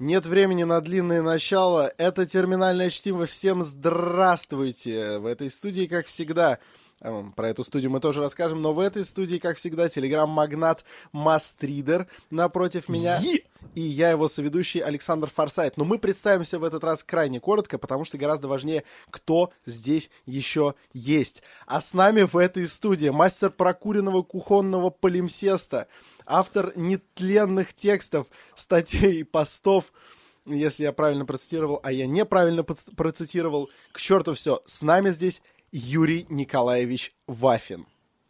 Нет времени на длинное начало. Это терминальное чтиво. Всем здравствуйте. В этой студии, как всегда, про эту студию мы тоже расскажем, но в этой студии, как всегда, телеграм-магнат Мастридер напротив меня. И я его соведущий Александр Форсайт. Но мы представимся в этот раз крайне коротко, потому что гораздо важнее, кто здесь еще есть. А с нами в этой студии мастер прокуренного кухонного полимсеста, автор нетленных текстов, статей и постов, если я правильно процитировал, а я неправильно процитировал, к черту все. С нами здесь Юрий Николаевич Вафин.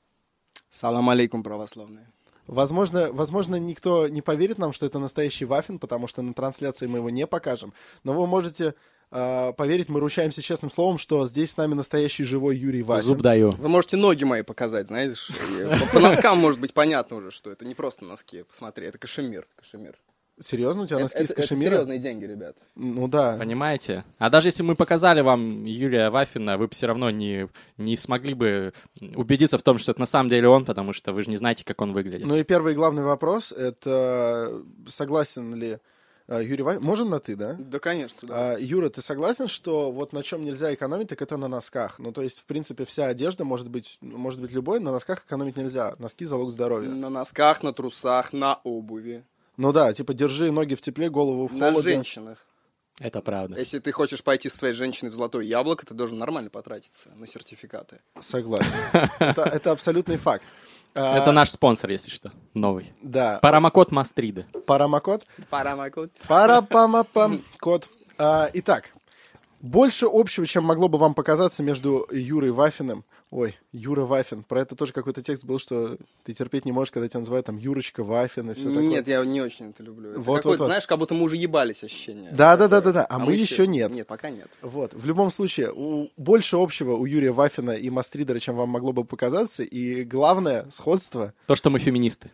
Салам алейкум, православные. Возможно, никто не поверит нам, что это настоящий Вафин, потому что на трансляции мы его не покажем. Но вы можете поверить, мы ручаемся честным словом, что здесь с нами настоящий живой Юрий Вафин. Зуб даю. Вы можете ноги мои показать, знаешь. По носкам может быть понятно уже, что это не просто носки. Посмотри, это кашемир. Серьезно? У тебя носки из Это кашемира? серьезные деньги, ребят. Ну да. Понимаете? А даже если мы показали вам Юрия Вафина, вы бы все равно не смогли бы убедиться в том, что это на самом деле он, потому что вы же не знаете, как он выглядит. Ну и первый главный вопрос, это согласен ли Юрий Вафин? Можем на «ты», да? Да, конечно. Да. Юра, ты согласен, что вот на чем нельзя экономить, так это на носках? Ну, то есть, в принципе, вся одежда может быть любой, на носках экономить нельзя. Носки — залог здоровья. На носках, на трусах, на обуви. Ну да, типа держи ноги в тепле, голову в холоде. На женщинах. Это правда. Если ты хочешь пойти со своей женщиной в золотое яблоко, ты должен нормально потратиться на сертификаты. Согласен. Это абсолютный факт. Это наш спонсор, если что, новый. Да. Парамакод Мастриды. Парамакод? Парамакод. Парапамапам. Код. Итак, больше общего, чем могло бы вам показаться между Юрой Вафиным. Ой, Юра Вафин. Про это тоже какой-то текст был, что ты терпеть не можешь, когда тебя называют там Юрочка Вафин и все такое. Нет, я не очень это люблю. Это Вот, какое-то, вот. знаешь, как будто мы уже ебались ощущение. Да. А мы еще нет. Нет, пока нет. Вот. В любом случае, больше общего у Юрия Вафина и Мастридера, чем вам могло бы показаться. И главное, сходство. То, что мы феминисты.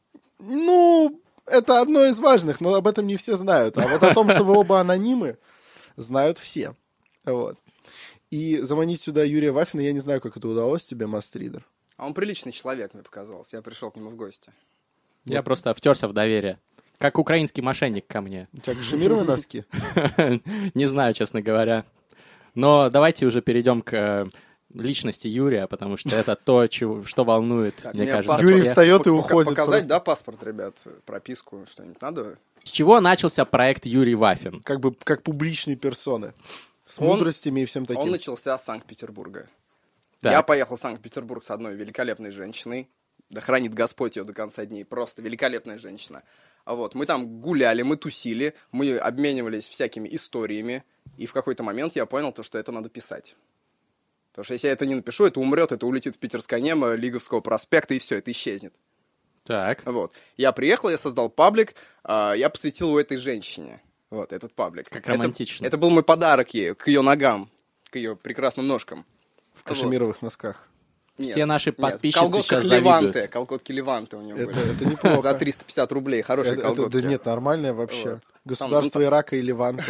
Ну, это одно из важных, но об этом не все знают. А вот о том, что вы оба анонимы, знают все. Вот. И заманить сюда Юрия Вафина, я не знаю, как это удалось тебе, Мастридер. А он приличный человек, мне показалось. Я пришел к нему в гости. Я просто втерся в доверие. Как украинский мошенник ко мне. У тебя кашемировые носки? Не знаю, честно говоря. Но давайте уже перейдем к личности Юрия, потому что это то, что волнует, Так, мне мне кажется, паспорт. Юрий всех. встает и уходит. Показать, просто. да, паспорт, ребят? Прописку, что-нибудь надо? С чего начался проект Юрий Вафин? Как публичные персоны. С Он- мудростями и всем таким. Он начался с Санкт-Петербурга. Так. Я поехал в Санкт-Петербург с одной великолепной женщиной. Да хранит Господь ее до конца дней. Просто великолепная женщина. А вот, мы там гуляли, мы тусили, мы обменивались всякими историями. И в какой-то момент я понял, что это надо писать. Потому что если я это не напишу, это умрет, это улетит в Питерское небо, Лиговского проспекта, и все, это исчезнет. Так. Вот. Я приехал, я создал паблик, я посвятил его этой женщине. Вот, этот паблик. Как романтично. Это был мой подарок ей, к ее ногам, к ее прекрасным ножкам. В кашемировых носках. Все наши подписчицы колготках сейчас Леванте, завидуют. колготки Леванте у него были. Это неплохо. За 350 рублей, хорошие колготки. Да нет, нормальное вообще. Вот. Государство Ирака и Леванта.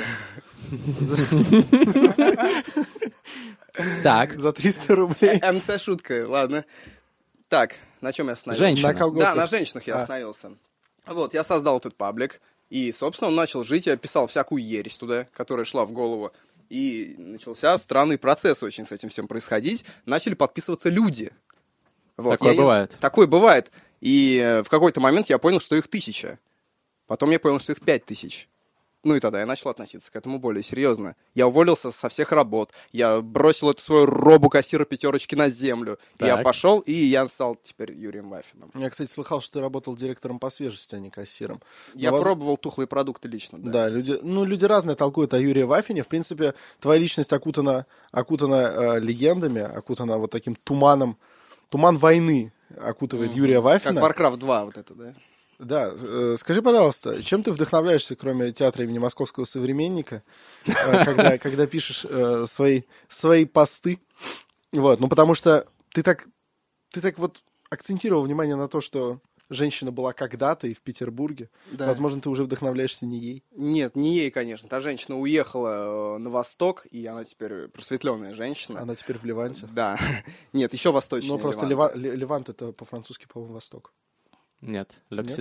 Так. За 300 рублей. МЦ шутка, ладно. Так, на чем я остановился? Женщина. На колготках. Да, на женщинах я остановился. Вот, я создал этот паблик, и, собственно, он начал жить, я писал всякую ересь туда, которая шла в голову, и начался странный процесс очень с этим всем происходить. Начали подписываться люди. Вот. Такое бывает. Такое бывает. И в какой-то момент я понял, что их 1000. Потом я понял, что их 5000. Ну и тогда я начал относиться к этому более серьезно. Я уволился со всех работ. Я бросил эту свою робу кассира пятерочки на землю. Так. Я пошел, и я стал теперь Юрием Вафиным. Я, кстати, слыхал, что ты работал директором по свежести, а не кассиром. Я Но, пробовал тухлые продукты лично, да. Да, люди разные толкуют о Юрии Вафине. В принципе, твоя личность окутана легендами, окутана вот таким туманом. Туман войны окутывает Юрия Вафина. Как Warcraft 2 вот это, да? Да, скажи, пожалуйста, чем ты вдохновляешься, кроме театра имени Московского современника, когда пишешь свои посты? Вот, ну потому что ты так вот акцентировал внимание на то, что женщина была когда-то и в Петербурге. Да. Возможно, ты уже вдохновляешься не ей. Нет, не ей, конечно. Та женщина уехала на восток, и она теперь просветленная женщина. Она теперь в Ливанте. Да. Нет, еще восточнее. Ну, просто Ливант. Ливант это по-французски, по-моему, восток. Нет, L'Occident.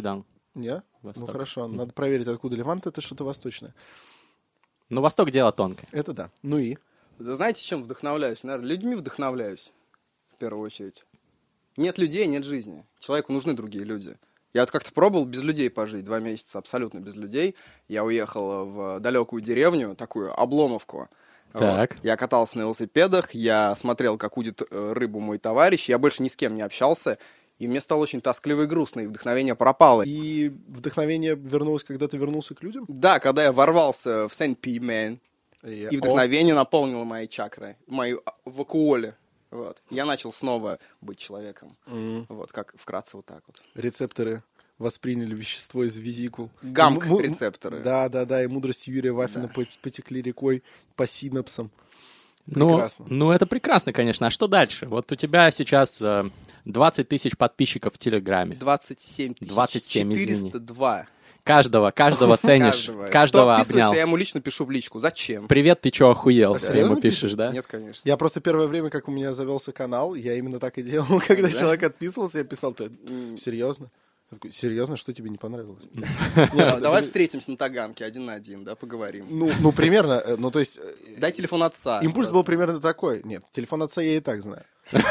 Не? Восток. Ну хорошо, надо проверить, откуда Левант, это что-то восточное. Ну, Восток дело тонкое. Это да. Ну и? Да знаете, чем вдохновляюсь? Наверное, людьми вдохновляюсь, в первую очередь. Нет людей, нет жизни. Человеку нужны другие люди. Я вот как-то пробовал без людей пожить, 2 месяца абсолютно без людей. Я уехал в далекую деревню, такую Обломовку. Так. Вот. Я катался на велосипедах, я смотрел, как удит рыбу мой товарищ, я больше ни с кем не общался, и мне стало очень тоскливо и грустно, и вдохновение пропало. И вдохновение вернулось, когда ты вернулся к людям? Да, когда я ворвался в Сент-Пи-Мэн, и вдохновение наполнило мои чакры, мои вакуоли. Вот. Я начал снова быть человеком. Вот, как вкратце вот так вот. Рецепторы восприняли вещество из визикул. Гамк-рецепторы. Да, и мудрости Юрия Вафина потекли рекой по синапсам. Ну, Прекрасно. ну, это прекрасно, конечно. А что дальше? Вот у тебя сейчас 20 тысяч подписчиков в Телеграме. 27 27, извини. 402. Каждого ценишь, каждого Кто отписывается, обнял. я ему лично пишу в личку. Зачем? Привет, ты чё, охуел? Ты Серьезно ему пишешь, да? Нет, конечно. Я просто первое время, как у меня завелся канал, я именно так и делал, когда Да? человек отписывался, я писал, ты серьезно? Я такой, серьезно, что тебе не понравилось? Давай встретимся на Таганке 1 на 1, да, поговорим. Ну, примерно, ну, то есть, Дай телефон отца. импульс Просто. был примерно такой. Нет, телефон отца я и так знаю.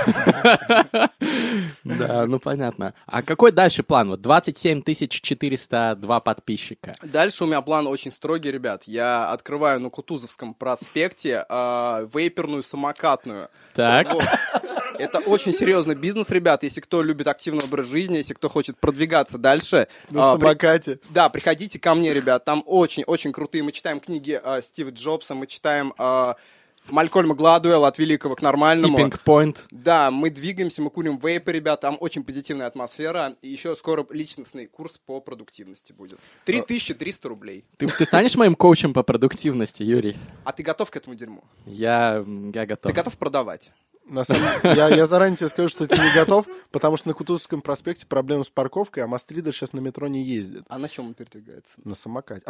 Да, ну понятно. А какой дальше план? Вот 27 402 подписчика. Дальше у меня план очень строгий, ребят. Я открываю на Кутузовском проспекте вейперную самокатную. Так. Вот. Это очень серьезный бизнес, ребят. Если кто любит активный образ жизни, если кто хочет продвигаться дальше. На самокате. Да, приходите ко мне, ребят. Там очень-очень крутые. Мы читаем книги Стива Джобса, мы читаем Малькольма Гладуэлла «От великого к нормальному». Tipping Point. Да, мы двигаемся, мы курим вейпы, ребят, там очень позитивная атмосфера. И еще скоро личностный курс по продуктивности будет. 3300 рублей. Ты станешь моим коучем по продуктивности, Юрий? А ты готов к этому дерьму? Я готов. Ты готов продавать? На самом деле, я заранее тебе скажу, что ты не готов, потому что на Кутузовском проспекте проблемы с парковкой, а Мастридер сейчас на метро не ездит. А на чем он передвигается? На самокате.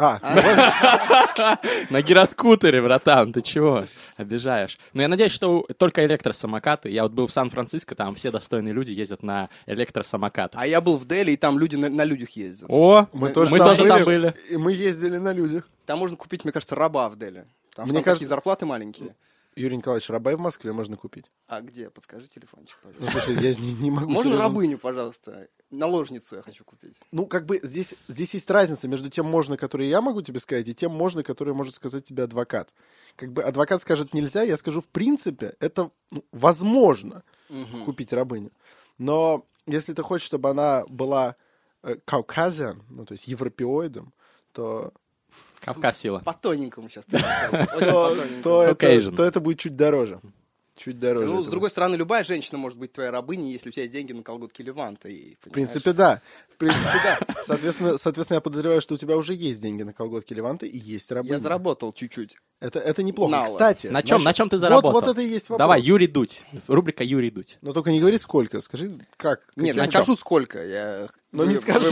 На гироскутере, братан, ты чего? Обижаешь. Но я надеюсь, что только электросамокаты. Я вот был в Сан-Франциско, там все достойные люди ездят на электросамокатах. А я был в Дели, и там люди на людях ездят. О, Мы тоже тоже там были. И мы ездили на людях. Там можно купить, мне кажется, раба в Дели. Там, Мне там кажется- такие зарплаты маленькие. Юрий Николаевич, раба и в Москве можно купить. А где? Подскажи телефончик, Ну, пожалуйста. слушай, я не могу... Можно серьезно. рабыню, пожалуйста? Наложницу я хочу купить. Ну, как бы здесь есть разница между тем можно, который я могу тебе сказать, и тем можно, который может сказать тебе адвокат. Как бы адвокат скажет нельзя, я скажу в принципе, это возможно купить рабыню. Но если ты хочешь, чтобы она была Caucasian, ну, то есть европеоидом, то Кавказ сила. По тоненькому сейчас. Очень по тоненькому. Caucasian. то это будет чуть дороже. Чуть дороже. Ну, с этого. другой стороны, любая женщина может быть твоей рабыней, если у тебя есть деньги на колготки Леванта. И, В принципе, да. В принципе, да. Соответственно, я подозреваю, что у тебя уже есть деньги на колготки Леванта и есть рабыня. я заработал чуть-чуть. Это неплохо. Мало. Кстати, На чем ты вот- заработал? Вот это и есть вопрос. Давай, Юрий Дудь. Рубрика Юрий Дудь. Но только не говори сколько, скажи как. Нет, каким я скажу сколько. Но не скажешь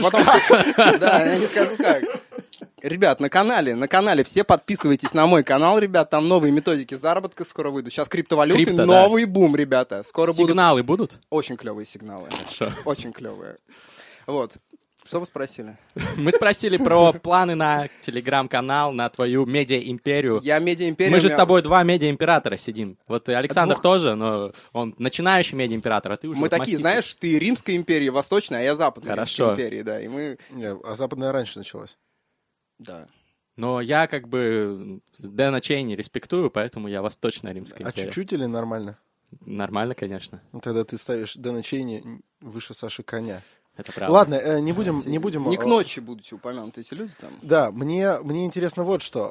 Да, я не скажу как. Ребят, на канале все подписывайтесь на мой канал, ребят, там новые методики заработка скоро выйдут. Сейчас криптовалюты, Крипто, да. новый бум, ребята. Скоро будут Сигналы будут? очень клевые сигналы. Хорошо. Очень клевые. Вот. Что вы спросили? Мы спросили про планы на телеграм-канал, на твою медиа-империю. Я медиа-империя. Мы же у с меня- тобой 2 медиа-императора сидим. Вот и Александр Двух. тоже, но он начинающий медиа-император, а ты уже... Мы вот такие, маститый. знаешь, ты Римская империя, Восточная, а я Западная Хорошо. Римская империя, да. И мы... Не, а западная раньше началась. Да. Но я как бы Дэна Чейни респектую, поэтому я Восточная Римская А империя. чуть-чуть или нормально? Нормально, конечно. Ну, тогда ты ставишь Дэна Чейни выше Саши Коня. Это правда. Ладно, не будем... Не к ночи будут упомянуты эти люди там. Да, мне интересно вот что.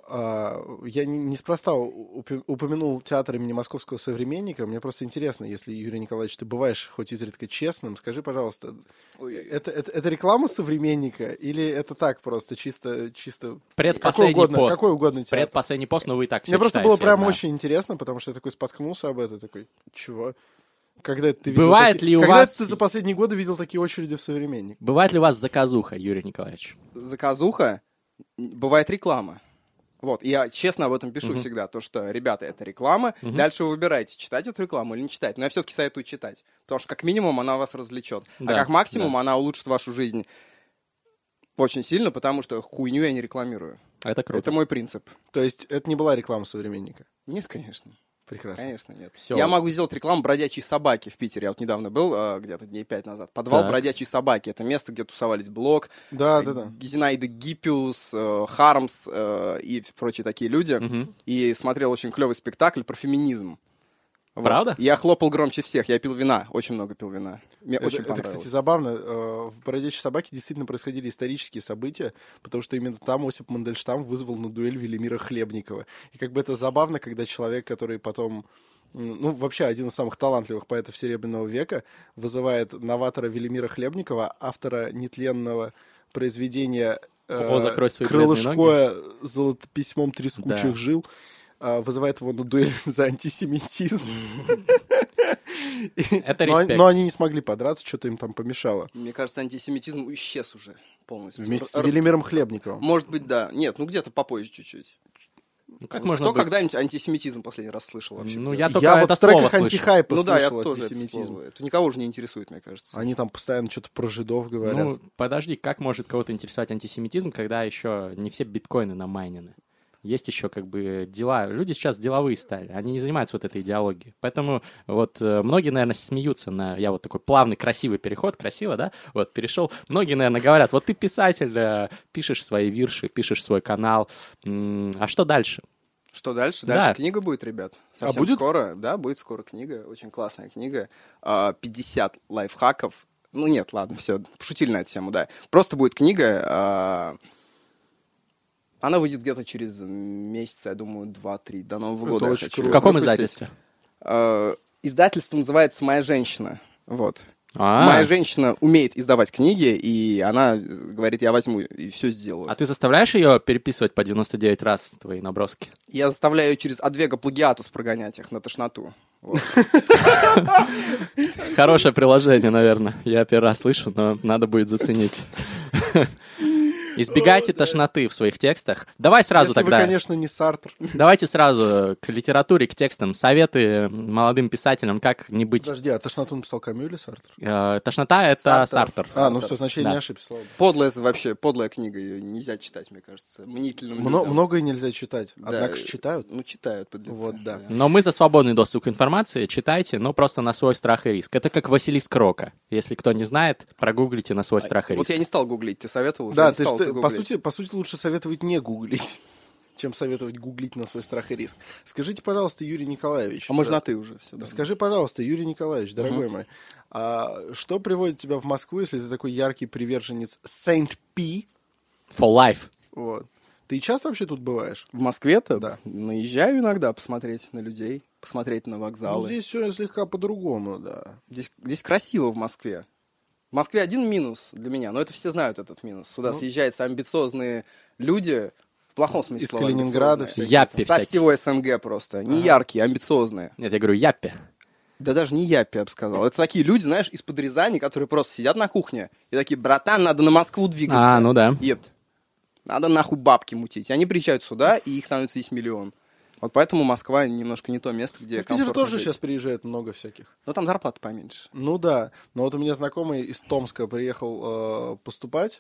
Я неспроста упомянул театр имени Московского современника. Мне просто интересно, если, Юрий Николаевич, ты бываешь хоть изредка честным, скажи, пожалуйста, Ой-ой-ой. это реклама современника или это так просто, чисто Предпоследний пост. какой угодно театр? Предпоследний пост, но вы и так все Мне просто читаете, было я прям знаю. очень интересно, потому что я такой споткнулся об этом, такой, чего? Когда это ты видел Бывает такие- ли у когда вас- это ты за последние годы видел такие очереди в современник? Бывает ли у вас заказуха, Юрий Николаевич? Заказуха, бывает реклама. Вот, и я честно об этом пишу всегда, то, что, ребята, это реклама, дальше вы выбираете, читать эту рекламу или не читать. Но я все-таки советую читать, потому что как минимум она вас развлечет, Да, а как максимум она улучшит вашу жизнь. Очень сильно, потому что хуйню я не рекламирую. Это круто. Это мой принцип. То есть это не была реклама «Современника»? Нет, конечно. Прекрасно. Конечно, нет. Всё. Я могу сделать рекламу бродячей собаки в Питере. Я вот недавно был, где-то дней 5 назад. Подвал Так. бродячей собаки. Это место, где тусовались Блок, Да. Зинаида Гиппиус, Хармс и прочие такие люди. Мгм. И смотрел очень клевый спектакль про феминизм. Вот. Правда? Я хлопал громче всех. Я пил вина. Очень много пил вина. Мне очень Это, понравилось. кстати, забавно. В «Бродячей собаке» действительно происходили исторические события, потому что именно там Осип Мандельштам вызвал на дуэль Велимира Хлебникова. И как бы это забавно, когда человек, который потом, ну, вообще один из самых талантливых поэтов Серебряного века, вызывает новатора Велимира Хлебникова, автора нетленного произведения О, закрой свои бледные «Крылышкое золотописьмом трескучих Да. жил», вызывает его на дуэль за антисемитизм. Это Но респект. они не смогли подраться, что-то им там помешало. Мне кажется, антисемитизм исчез уже полностью. Вместе с Велимиром Хлебниковым. Может быть, да. Нет, ну где-то попозже чуть-чуть. Ну, как Вот можно кто быть- когда-нибудь антисемитизм последний раз слышал вообще? Ну, где-то? я только Я вот это в треках слово слышал. антихайпа Ну да, я слышал тоже это антисемитизм. слово. Это никого уже не интересует, мне кажется. Они там постоянно что-то про жидов говорят. Ну, подожди, как может кого-то интересовать антисемитизм, когда еще не все биткоины намайнены? Есть еще как бы дела. Люди сейчас деловые стали, они не занимаются вот этой идеологией. Поэтому вот многие, наверное, смеются на... Я вот такой плавный, красивый переход, красиво, да? Вот перешел. Многие, наверное, говорят, вот ты писатель, пишешь свои вирши, пишешь свой канал. А что дальше? Что дальше? Да. Дальше книга будет, ребят. Совсем будет? скоро. Да, будет скоро книга. Очень классная книга. 50 лайфхаков. Ну нет, ладно, все. Пошутили на эту тему, да. Просто будет книга. Она выйдет где-то через месяц, я думаю, 2-3, до Нового Это года. я очень хочу круто. В каком выпустить. издательстве? Издательство называется «Моя женщина». Вот. А, Моя женщина умеет издавать книги, и она говорит, я возьму и все сделаю. а ты заставляешь ее переписывать по 99 раз твои наброски? Я заставляю ее через Advega Plagiatus прогонять их на тошноту. Вот. Хорошее приложение, наверное. Я первый раз слышу, но надо будет заценить. Избегайте тошноты в своих текстах. Давай сразу Если тогда... вы, конечно, не Сартр. Давайте сразу к литературе, к текстам. Советы молодым писателям, как не быть... Подожди, а тошноту написал Камю или Сартр? Тошнота — это Сартр. Ну все, значит, я Да. не ошибся. слава богу. Подлая вообще, подлая книга, ее нельзя читать, мне кажется. Мнительным людям. Многое нельзя читать, Да, однако же читают. Ну, читают подлецы. Вот, да. Но мы за свободный доступ к информации. Читайте, но просто на свой страх и риск. Это как Василиск Рока. Если кто не знает, прогуглите на свой страх и риск. Вот я не стал гуглить, ты советовал уже? Да, не стал ты по гуглить. сути, лучше советовать не гуглить, чем советовать гуглить на свой страх и риск. Скажите, пожалуйста, Юрий Николаевич. А можно ты уже все. Скажи, пожалуйста, Юрий Николаевич, дорогой мой, что приводит тебя в Москву, если ты такой яркий приверженец Saint-P? For life. Вот. Ты часто вообще тут бываешь? В Москве-то? Да. Наезжаю иногда посмотреть на людей, посмотреть на Ну, вокзалы. здесь все слегка по-другому, да. Здесь красиво в Москве. В Москве один минус для меня, но это все знают этот минус. Сюда съезжаются амбициозные люди, в плохом смысле Из слова Калининграда амбициозные. Яппи Со всякие. всего СНГ просто. Не яркие, амбициозные. Нет, я говорю яппи. Да даже не яппи, я бы сказал. Это такие люди, знаешь, из-под Рязани, которые просто сидят на кухне и такие, братан, надо на Москву двигаться. Ну да. Епт. Надо нахуй бабки мутить. И они приезжают сюда, и их становится здесь миллион. Вот поэтому Москва немножко не то место, где В Питер комфортно тоже жить. сейчас приезжает много всяких. Но там зарплата поменьше. Ну да, но вот у меня знакомый из Томска приехал поступать,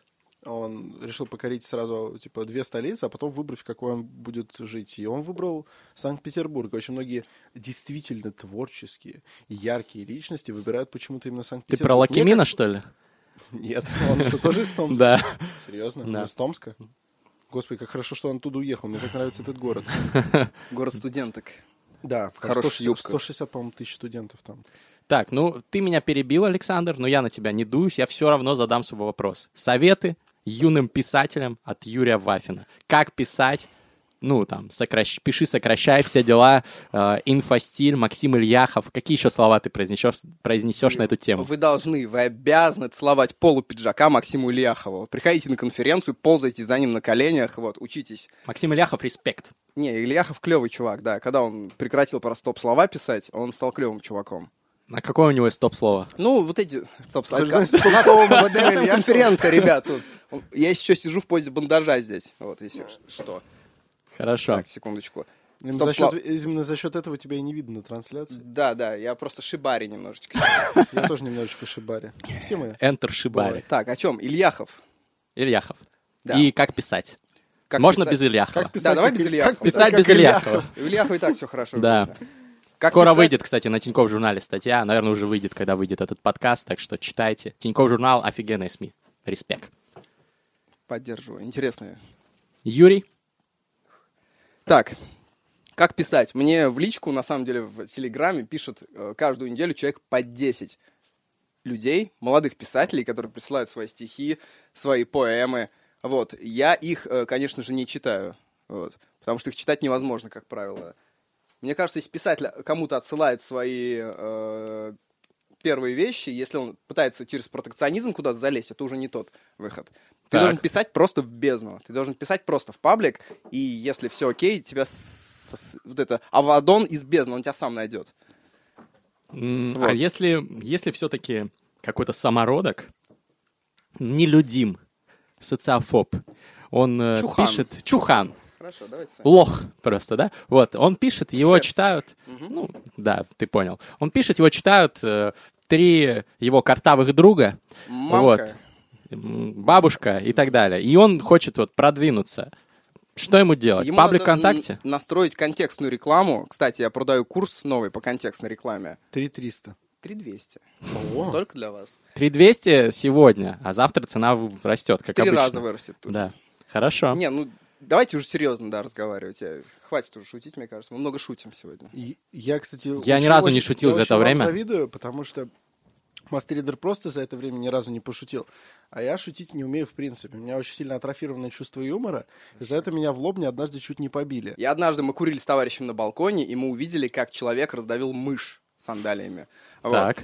он решил покорить сразу, типа, 2 столицы, а потом выбрать, в какой он будет жить. И он выбрал Санкт-Петербург. Очень многие действительно творческие и яркие личности выбирают почему-то именно Ты Санкт-Петербург. про Лакимина, что ли? Нет, он что, тоже из Томска? Да. Серьезно? Да. Он из Томска? Господи, как хорошо, что он оттуда уехал. Мне так нравится этот город. Город студенток. Да, В хороших 160, юбках. 160, по-моему, тысяч студентов там. Так, ну, ты меня перебил, Александр, но я на тебя не дуюсь, я все равно задам свой вопрос. Советы юным писателям от Юрия Вафина. Как писать? Ну, там, пиши, сокращай, все дела, инфостиль, Максим Ильяхов. Какие еще слова ты произнесешь на эту тему? Вы обязаны целовать полу пиджака Максиму Ильяхову. Приходите на конференцию, ползайте за ним на коленях, вот, учитесь. Максим Ильяхов, респект. Не, Ильяхов клевый чувак, да. Когда он прекратил просто стоп-слова писать, он стал клевым чуваком. А какое у него есть топ-слово? Ну, вот эти... Стоп-слова. Стоп-слово Максима Ильяхова. Конференция, ребят, тут. Я еще сижу в позе бандажа здесь. Вот, если что. Хорошо. Так, секундочку. Именно за счет этого тебя и не видно на трансляции. Да, я просто шибари немножечко. Я тоже немножечко шибари. Все мы. Enter Шибари. Так, о чем? Ильяхов. Ильяхов. Да. И как писать. Как Можно писать? без Ильяхова. Как писать, Да, давай как- без Ильяхова. как Писать как без Ильяхова. У Ильяхова и так все хорошо. Да. видно. Как Скоро писать? выйдет, кстати, на Тинькофф журнале статья. Наверное, уже выйдет, когда выйдет этот подкаст. Так что читайте. Тинькофф журнал — офигенные СМИ. Респект. Поддерживаю. Интересно. Юрий? Так, как писать? Мне в личку, на самом деле, в Телеграме пишет каждую неделю человек по 10 людей, молодых писателей, которые присылают свои стихи, свои поэмы. Вот. Я их, конечно же, не читаю. Вот. Потому что их читать невозможно, как правило. Мне кажется, если писатель кому-то отсылает свои первые вещи, если он пытается через протекционизм куда-то залезть, это уже не тот выход. Ты Так. должен писать просто в бездну. Ты должен писать просто в паблик, и если все окей, тебя вот это Авадон из бездны, он тебя сам найдет. А Вот. если все-таки какой-то самородок, нелюдим, социофоб, он Чухан. пишет... Чухан. Хорошо, давайте с вами. Лох просто, да? Вот, он пишет, его Шерсть. читают... Ну, да, ты понял. Он пишет, его читают 3 его картавых друга. Мамка. Бабушка и так далее. И он хочет вот продвинуться. Что ему делать? Ему Паблик надо ВКонтакте? настроить контекстную рекламу. Кстати, я продаю курс новый по контекстной рекламе. 3300. 3200. О. Только для вас. 3200 сегодня, а завтра цена растет, как В 3 обычно. раза вырастет тут. Да, хорошо. Не, ну давайте уже серьезно, да, разговаривать. Хватит уже шутить, мне кажется. Мы много шутим сегодня. Я, кстати, Я ни разу не шутил за это вам время. завидую, потому что Мастридер просто за это время ни разу не пошутил. А я шутить не умею в принципе. У меня очень сильно атрофированное чувство юмора. И за это меня в Лобне однажды чуть не побили. И однажды мы курили с товарищем на балконе, и мы увидели, как человек раздавил мышь сандалиями. Вот. Так.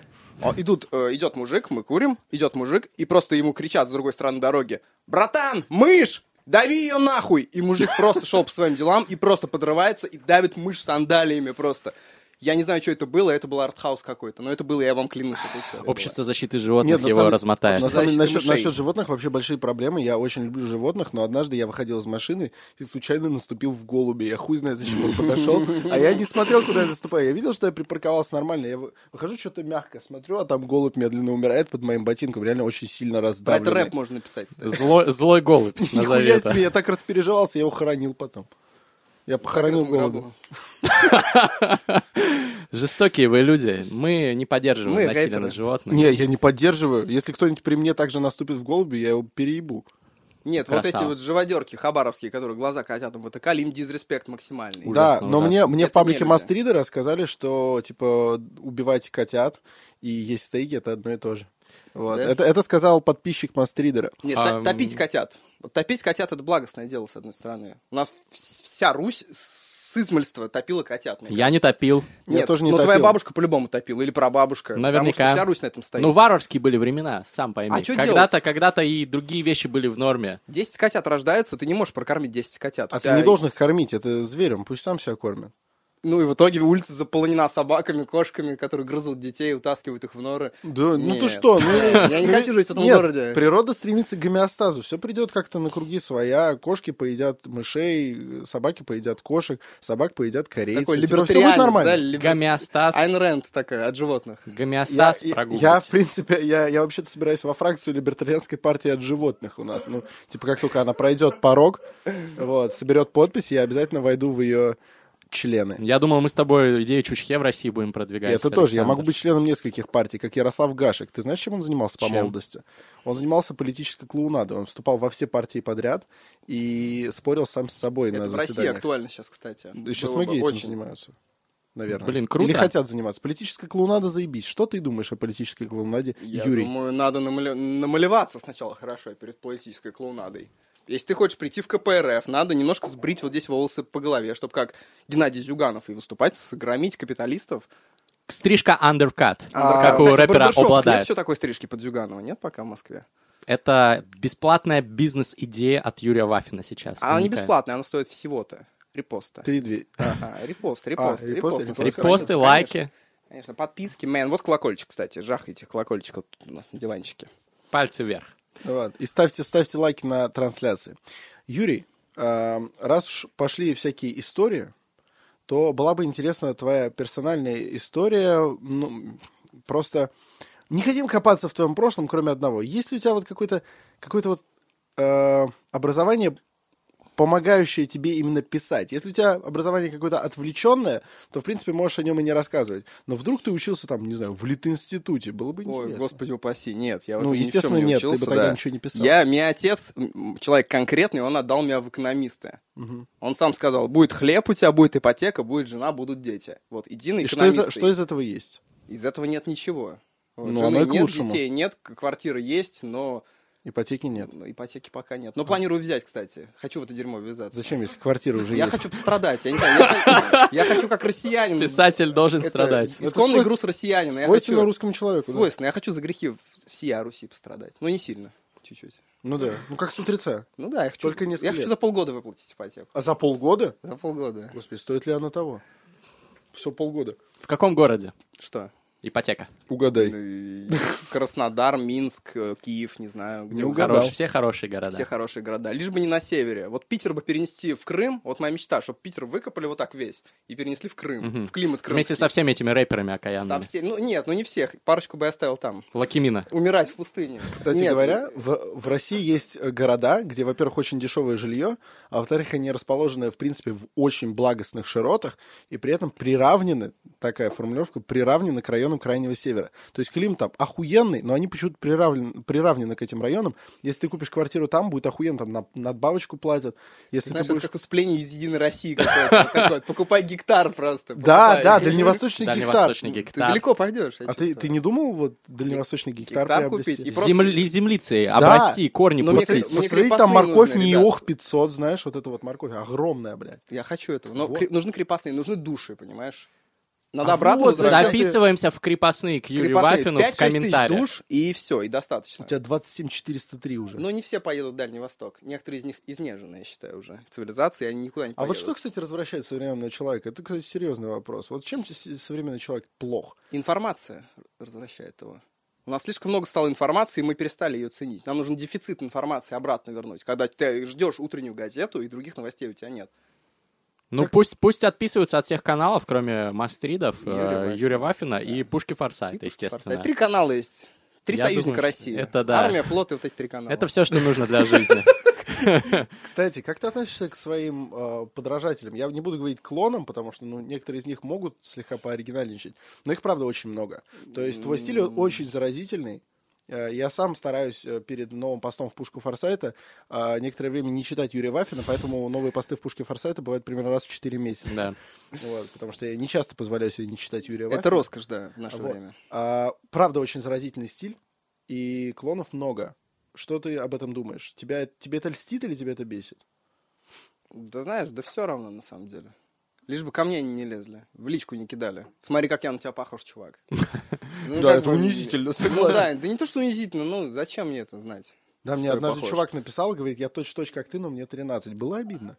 Идет мужик, мы курим, идет мужик, и просто ему кричат с другой стороны дороги: «Братан, мышь! Дави ее нахуй!» И мужик просто шел по своим делам и просто подрывается и давит мышь сандалиями просто. Я не знаю, что это был артхаус какой-то, но это было, я вам клянусь, эта история Общество защиты животных Нет, на его самом- размотает. На самом деле, Защита насчет, мышей. насчет животных вообще большие проблемы. Я очень люблю животных, но однажды я выходил из машины и случайно наступил в голубя. Я хуй знает, зачем он подошел. А я не смотрел, куда я наступаю. Я видел, что я припарковался нормально. Я выхожу, что-то мягко смотрю, а там голубь медленно умирает под моим ботинком. Реально очень сильно Про раздавленный. это рэп можно написать, кстати. Злой голубь, назови Нихуя это. себе, я так распереживался, я его хоронил потом. Я похоронил Закрытому голубя. гробу. Жестокие вы люди. Мы не поддерживаем Мы насилие рэперы. над животными. Не, я не поддерживаю. Если кто-нибудь при мне также наступит в голубя, я его переебу. Нет, вот Красава. эти вот живодерки хабаровские, которые глаза котятам вытыкали, им дизреспект максимальный. Ужасно, Да, но ужасно. мне в Это паблике не люди. Мастридера сказали, что, типа, убивать котят и есть стейки — это одно и то же. Вот. Да? Это сказал подписчик Мастридера. Нет, топить котят. Вот топить котят — это благостное дело, с одной стороны. У нас вся Русь с измальства топила котят. мне Я не кажется. топил. Я Нет, тоже не но твоя топил. бабушка по-любому топила, или прабабушка. Потому Наверняка. что вся Русь на этом стоит. Ну, варварские были времена, сам пойми. А чё Когда-то и другие вещи были в норме. 10 котят рождается, ты не можешь прокормить 10 котят. У А ты тебя- не должен их кормить, это зверем, пусть сам себя кормит. Ну и в итоге улица заполнена собаками, кошками, которые грызут детей, утаскивают их в норы. Да, ну Нет. ты что? Я не хочу жить в этом Нет, городе. природа стремится к гомеостазу. Все придет как-то на круги своя. Кошки поедят мышей, собаки поедят кошек, собак поедят корейцев. Такой Типа, всё будет либертарианец, нормально. да? Гомеостаз. Айн Рэнд такая, от животных. Гомеостаз Я, прогуглить. в принципе, я вообще-то собираюсь во фракцию либертарианской партии от животных у нас. Ну, типа, как только она пройдет порог, вот, соберет подпись, я обязательно войду в ее члены. Я думал, мы с тобой идею Чучхе в России будем И продвигать. это тоже. Я Александр. могу быть членом нескольких партий, как Ярослав Гашек. Ты знаешь, чем он занимался по Чем? молодости? Он занимался политической клоунадой. Он вступал во все партии подряд и спорил сам с собой Это на в России заседаниях. актуально сейчас, кстати. Да сейчас Было бы многие этим очень. занимаются. Наверное. Блин, круто. Или хотят заниматься. Политическая клоунада заебись. Что ты думаешь о политической клоунаде, Я Юрий? думаю, надо намалеваться сначала хорошо перед политической клоунадой. Если ты хочешь прийти в КПРФ, надо немножко сбрить вот здесь волосы по голове, чтобы как Геннадий Зюганов и выступать, громить капиталистов. Стрижка undercut, А, как у Кстати, рэпера барбершоп, Нет обладает. все такой стрижки под Зюганова? Нет пока в Москве? Это бесплатная бизнес-идея от Юрия Вафина сейчас. А она не Уникальная. бесплатная, она стоит всего-то. Репоста. 3-2. Ага, репост. репосты, Репосты, Конечно, лайки, Конечно, подписки, мэн. Вот колокольчик, кстати. Жахайте колокольчик вот у нас на диванчике. пальцы вверх. Вот. И ставьте лайки на трансляции. Юрий, раз уж пошли всякие истории, то была бы интересна твоя персональная история. Ну, просто не хотим копаться в твоем прошлом, кроме одного. Есть ли у тебя вот какой-то вот образование, помогающее тебе именно писать. Если у тебя образование какое-то отвлеченное, то, в принципе, можешь о нем и не рассказывать. Но вдруг ты учился там, не знаю, в Литинституте, было бы интересно. Ой, господи упаси, нет, я в Ну, этом ни в естественно, чем не нет, учился, ты бы тогда да. ничего не писал. Мне отец, человек конкретный, он отдал меня в экономисты. Он сам сказал, будет хлеб у тебя, будет ипотека, будет жена, будут дети. Вот, иди на И экономиста. что из этого есть? Из этого нет ничего. Вот, Ну, жены оно и к нет, лучшему. детей нет, квартиры есть, но Ипотеки нет. ипотеки пока нет. Но планирую взять, кстати. Хочу в это дерьмо ввязаться. Зачем, если квартира уже Я есть? хочу пострадать, я не знаю. Я хочу как россиянин. Писатель должен Это страдать. исконный свойств- груз россиянина. Я Свойственно хочу- русскому человеку. да. Свойственно. Я хочу за грехи всея Руси пострадать. Но не сильно. Чуть-чуть. Ну да. Ну как с утреца. Ну да, я хочу. Только несколько Я лет. хочу за полгода выплатить ипотеку. А за полгода? За полгода. Господи, стоит ли оно того? Все полгода. В каком городе? Что? Ипотека. Угадай. Краснодар, Минск, Киев, не знаю, где Не угодно. угадал. Все хорошие города. Все хорошие города. Лишь бы не на севере. Вот Питер бы перенести в Крым. Вот моя мечта, чтобы Питер выкопали вот так весь и перенесли в Крым. В климат крымский. Вместе со всеми этими рэперами окаянными. Совсем. Ну нет, ну не всех. Парочку бы я оставил там. Лакимина. Умирать в пустыне. Кстати Нет, говоря, в России есть города, где, во-первых, очень дешевое жилье, а во-вторых, они расположены, в принципе, в очень благостных широтах, и при этом приравнены, такая формулировка, приравнены к районам Крайнего Севера. То есть климат там охуенный, но они почему-то приравнены к этим районам. Если ты купишь квартиру там, будет охуенно, там надбавочку платят. Если Знаешь, ты это будешь... как выступление из Единой России какое-то. Вот такое вот. Покупай гектар просто. Да, покупай. да, дальневосточный гектар. Дальневосточный Ты гектар. далеко пойдешь. я А ты чувствую. не думал вот дальневосточный гектар Гектар приобрести? купить и просто- Землицей обрасти, корни Но мне пустить. кажется, мне Посмотри, там крепостные морковь нужны, не ребят. ох 500, знаешь, вот эта вот морковь огромная, блядь. Я хочу этого. Но Вот. нужны крепостные, нужны души, понимаешь? Надо А обратно вот возвращать. Записываемся в крепостные к Юрию Крепостные. Вафину в 5-6 тысяч комментариях. душ, и все, и достаточно. У тебя 27 403 уже. Но не все поедут в Дальний Восток. Некоторые из них изнежены, я считаю, уже. Цивилизации, они никуда не А поедут. вот что, кстати, развращает современного человека? Это, кстати, серьезный вопрос. Вот чем современный человек плох? Информация развращает его. У нас слишком много стало информации, и мы перестали ее ценить. Нам нужен дефицит информации обратно вернуть. Когда ты ждешь утреннюю газету, и других новостей у тебя нет. Ну, пусть отписываются от всех каналов, кроме Мастридов, Юрия Юрия Вафина и Пушки Форсайта, естественно. Форсайт. 3 канала есть. 3 Я союзника думаю, России. это да. Армия, флот и вот эти 3 канала. Это все, что нужно для жизни. Кстати, как ты относишься к своим подражателям? Я не буду говорить клонам, потому что некоторые из них могут слегка пооригинальничать, но их, правда, очень много. То есть твой стиль очень заразительный. Я сам стараюсь перед новым постом в Пушку Форсайта некоторое время не читать Юрия Вафина, поэтому новые посты в Пушке Форсайта бывают примерно раз в 4 месяца. Да. Вот, потому что я не часто позволяю себе не читать Юрия Вафина. Это роскошь, да, в наше Вот. время. Правда, очень заразительный стиль, и клонов много. Что ты об этом думаешь? Тебе это льстит или тебя это бесит? Да знаешь, да все равно, на самом деле. Лишь бы ко мне они не лезли, в личку не кидали. Смотри, как я на тебя похож, чувак. Ну, Да, как это бы, унизительно, Ну согласен. да не то, что унизительно, ну зачем мне это знать? Да, мне Что я однажды похож? чувак написал, говорит, я точь-в-точь как ты, но мне 13. Было обидно.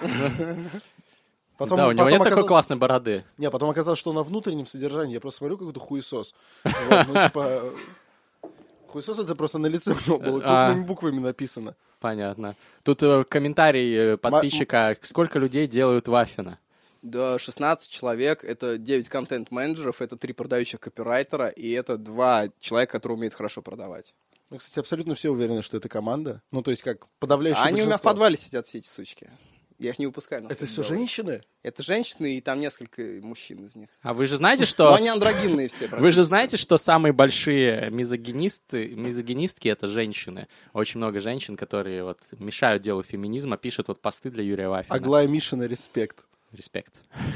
Потом- Да, у него потом нет такой оказалось- классной бороды. Не, потом оказалось, что на внутреннем содержании я просто смотрю, какой-то хуесос. Вот, ну, типа, хуесос это просто на лице у него было крупными буквами написано. Понятно. Тут комментарий подписчика. Сколько людей делают Вафина? Да, 16 человек, это 9 контент-менеджеров, это 3 продающих копирайтера, и это 2 человека, которые умеют хорошо продавать. Ну, кстати, абсолютно все уверены, что это команда. Ну, то есть, как подавляющее А они у меня в большинство. подвале сидят, все эти сучки. Я их не выпускаю на Это свет все белый. женщины? Это женщины, и там несколько мужчин из них. А вы же знаете, Но что... они андрогинные все. Вы же практически. знаете, что самые большие мизогинистки — это женщины. Очень много женщин, которые вот мешают делу феминизма, пишут вот посты для Юрия Вафина. Аглая Мишина, респект. Респект.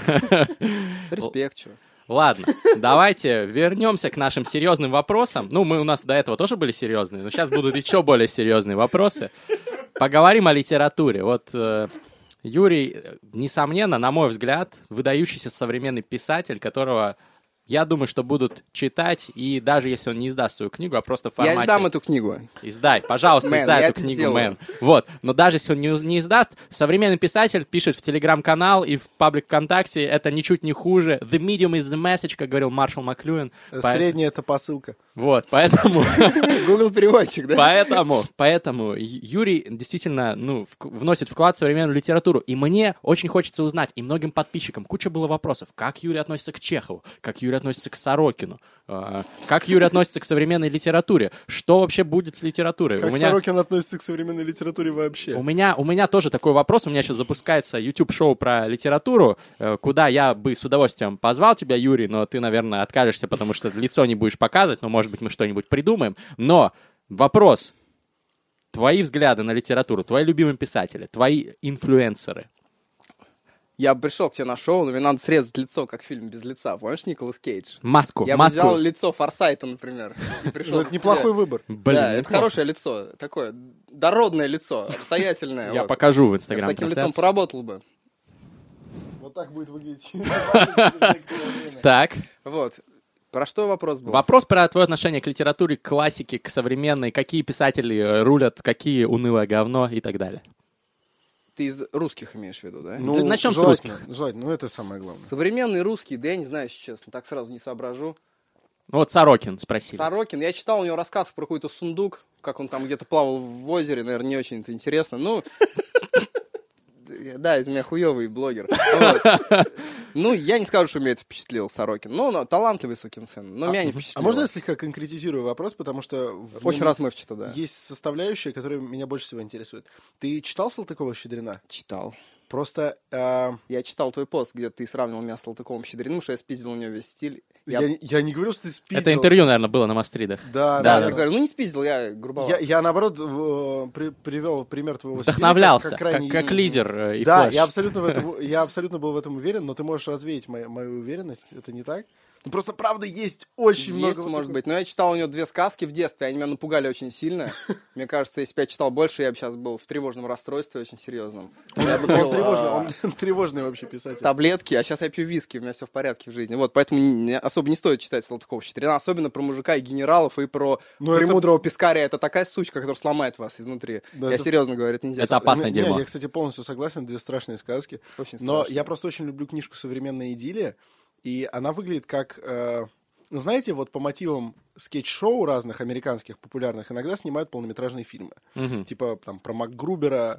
Респект, чё. Ладно, давайте вернемся к нашим серьезным вопросам. Ну, у нас до этого тоже были серьезные, но сейчас будут еще более серьезные вопросы. Поговорим о литературе. Вот Юрий, несомненно, на мой взгляд, выдающийся современный писатель, которого, я думаю, что будут читать, и даже если он не издаст свою книгу, а просто в формате... Я издам эту книгу. Издай, пожалуйста, Мэн, издай я эту это книгу, сделаю. мэн. Вот, но даже если он не издаст, современный писатель пишет в Телеграм-канал и в паблик ВКонтакте, это ничуть не хуже. The medium is the message, как говорил Маршал Маклюэн. Средняя это посылка. Вот, поэтому... Google переводчик, да? Поэтому Юрий действительно, вносит вклад в современную литературу. И мне очень хочется узнать, и многим подписчикам, куча было вопросов, как Юрий относится к Чехову, как Юрий Юрий относится к Сорокину, как Юрий относится к современной литературе, что вообще будет с литературой. Как Сорокин относится к современной литературе вообще? У меня тоже такой вопрос. У меня сейчас запускается YouTube-шоу про литературу, куда я бы с удовольствием позвал тебя, Юрий, но ты, наверное, откажешься, потому что лицо не будешь показывать, но, может быть, мы что-нибудь придумаем. Но вопрос. Твои взгляды на литературу, твои любимые писатели, твои инфлюенсеры. Я бы пришел к тебе на шоу, но мне надо срезать лицо, как фильм «Без лица». Помнишь Николас Кейдж? Маску. Я бы взял лицо Форсайта, например, и пришел. Ну, это неплохой выбор. Блин, Да, это хорошее лицо, такое дородное лицо, обстоятельное. Я вот. покажу в Я Инстаграм. с таким лицом поработал бы. Вот так будет выглядеть. Так. Вот. Про что вопрос был? Вопрос про твое отношение к литературе, к классике, к современной. Какие писатели рулят, какие унылое говно и так далее. Ты из русских имеешь в виду, да? Ну, начнем с желательно, русских. желательно, это самое главное. Современный русский, да я не знаю, если честно, так сразу не соображу. Вот Сорокин спросили. Сорокин, я читал у него рассказ про какой-то сундук, как он там где-то плавал в озере, наверное, не очень это интересно. Ну, да, из меня хуёвый блогер. Вот. Ну, я не скажу, что меня это впечатлил Сорокин. Но талантливый сукин сын. Но меня не А впечатлило. можно я слегка конкретизирую вопрос, потому что Очень размывчато, да. есть составляющая, которая меня больше всего интересует. Ты читал Салтыкова-Щедрина? Читал. Просто Я читал твой пост, где ты сравнивал меня с Салтыковым-Щедриным, что я спиздил у него весь стиль. я не говорил, что ты спиздил. Это интервью, наверное, было на Мастридах. Да, ты говоришь, ну не спиздил, я грубоват. Я наоборот, привел пример твоего Вдохновлялся, стиля, крайне- как лизер и Да, Флэш. я абсолютно был в этом уверен, но ты можешь развеять мою уверенность, это не так? Ну, просто, правда, есть очень много... Есть, вот может такой- быть. Но я читал у него 2 сказки в детстве, они меня напугали очень сильно. Мне кажется, если бы я читал больше, я бы сейчас был в тревожном расстройстве очень серьезном. Я бы пил, Он тревожный вообще писатель. таблетки, а сейчас я пью виски, у меня все в порядке в жизни. Вот, поэтому особо не стоит читать Салтыкова-Щедрина, особенно про мужика и генералов, и про Ну, это- премудрого пискаря. Это такая сучка, которая сломает вас изнутри. Да, Я это- серьезно говорю, это нельзя Это читать. опасное Не, дерьмо. я, кстати, полностью согласен, 2 страшные сказки. Очень Но страшно. я просто очень люблю книжку «Современная идиллия», и она выглядит как... ну, знаете, вот по мотивам скетч-шоу разных американских популярных иногда снимают полнометражные фильмы. Типа там про МакГрубера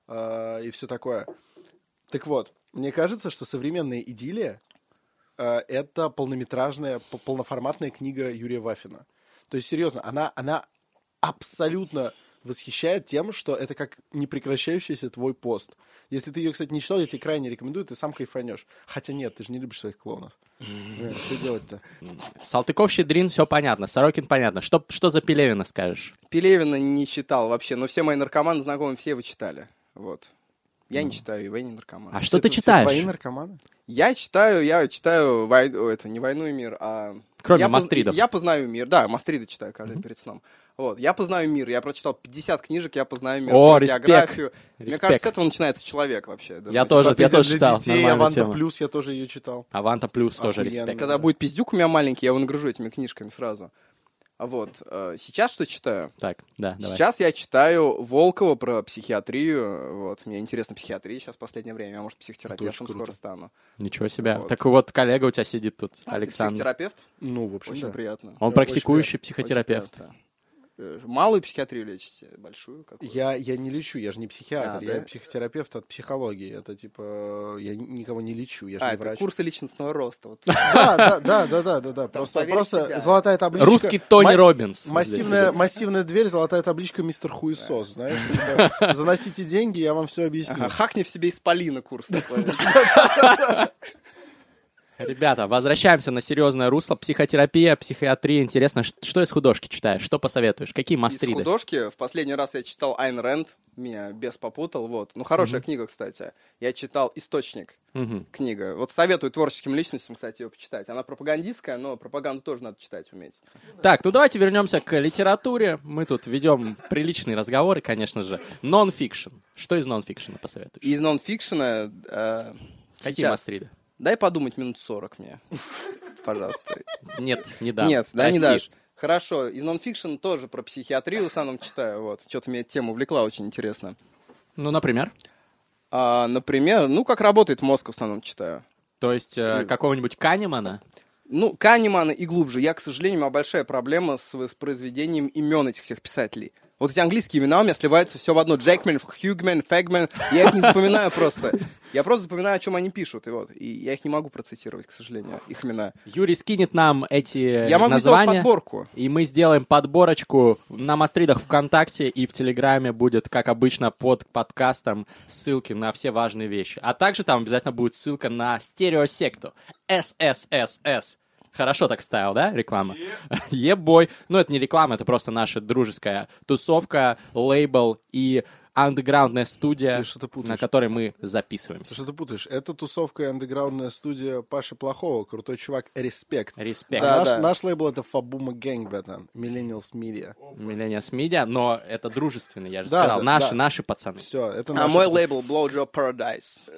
и все такое. Так вот, мне кажется, что «Современная идиллия» это полнометражная, полноформатная книга Юрия Вафина. То есть, серьезно, она абсолютно восхищает тем, что это как непрекращающийся твой пост. Если ты ее, кстати, не читал, я тебе крайне рекомендую, ты сам кайфанешь. Хотя нет, ты же не любишь своих клоунов. Что делать-то? Салтыков-Щедрин, все понятно. Сорокин понятно. Что за Пелевина скажешь? Пелевина не читал вообще, но все мои наркоманы знакомые, все его читали. Вот. Я не читаю его, я не наркоман. А что ты Это все читаешь? твои наркоманы? Я читаю это не «Войну и мир», а... Кроме я Мастридов. Я познаю мир, да, Мастриды читаю каждый день перед сном. Вот, я познаю мир, я прочитал 50 книжек, я познаю мир, О, про респект. географию. Мне Респект. кажется, с этого начинается человек вообще. даже Я если тоже так. я Для читал. детей Нормальная «Аванта тема. Плюс» я тоже ее читал. Аванта Плюс тоже Охуенно. респект. Когда будет пиздюк у меня маленький, я его нагружу этими книжками сразу. А вот, сейчас что читаю? Так, да, давай. Сейчас я читаю Волкова про психиатрию. Вот, мне интересна психиатрия сейчас в последнее время. Я, может, психотерапевтом очень круто. скоро стану. Ничего себе. Вот. Так вот, коллега у тебя сидит тут, Ты Александр. психотерапевт? Ну, в общем, Очень да. приятно. Он Очень практикующий Очень психотерапевт. приятно. Малую психиатрию лечите? Большую? Какую? Я не лечу, я же не психиатр, А, я да? психотерапевт от психологии. Это типа, я никого не лечу, я же не это врач. курсы личностного роста. Вот. Да. Просто поверь в себя. золотая табличка. Русский Тони Ма- Роббинс. Массивная дверь, золотая табличка «Мистер Хуесос», знаешь? Типа, заносите деньги, я вам все объясню. Ага, хакни в себе исполина курс такой. Ребята, возвращаемся на серьезное русло. Психотерапия, психиатрия. Интересно, что из художки читаешь? Что посоветуешь? Какие Из мастриды? художки в последний раз я читал Айн Рэнд, меня бес попутал, вот. Ну, хорошая книга, кстати. Я читал «Источник», книга. Вот советую творческим личностям, кстати, ее почитать. Она пропагандистская, но пропаганду тоже надо читать уметь. Так, ну давайте вернемся к литературе. Мы тут ведем приличные разговоры, конечно же. Нон-фикшн. Что из нон-фикшена посоветуешь? Из нон-фикшена... Какие сейчас- мастриды? Дай подумать минут 40 мне, пожалуйста. Нет, не дам. Нет, да, не Прости. дашь. Хорошо, из нон-фикшн тоже про психиатрию в основном читаю, вот. Что-то меня эта тема увлекла, очень интересно. Ну, например? Например, как работает мозг в основном читаю. То есть какого-нибудь Канемана? Канемана и глубже. Я, к сожалению, у меня большая проблема с воспроизведением имен этих всех писателей. Вот эти английские имена у меня сливаются все в одно. Джекмен, Хьюгмен, Фэгмен. Я их не запоминаю просто. Я просто запоминаю, о чем они пишут. И я их не могу процитировать, к сожалению, их имена. Юрий скинет нам эти Я могу сделать названия. подборку. И мы сделаем подборочку на Мастридах ВКонтакте, и в Телеграме будет, как обычно, под подкастом ссылки на все важные вещи. А также там обязательно будет ссылка на стереосекту. SSSS. Хорошо так ставил, да, реклама? Ебой. Ну, это не реклама, это просто наша дружеская тусовка, лейбл и андеграундная студия, Ты что-то путаешь. на которой мы Ты записываемся. что ты путаешь? Это тусовка и андеграундная студия Паши Плохого. Крутой чувак, респект. Респект. Да, наш, да. наш лейбл это Фабума Гэнг, братан. Millennials Media. Millennials Media, но это дружественный, я же Да, сказал. да, наши, да. наши пацаны. Все, это А наш. мой лейбл Blowjob Paradise.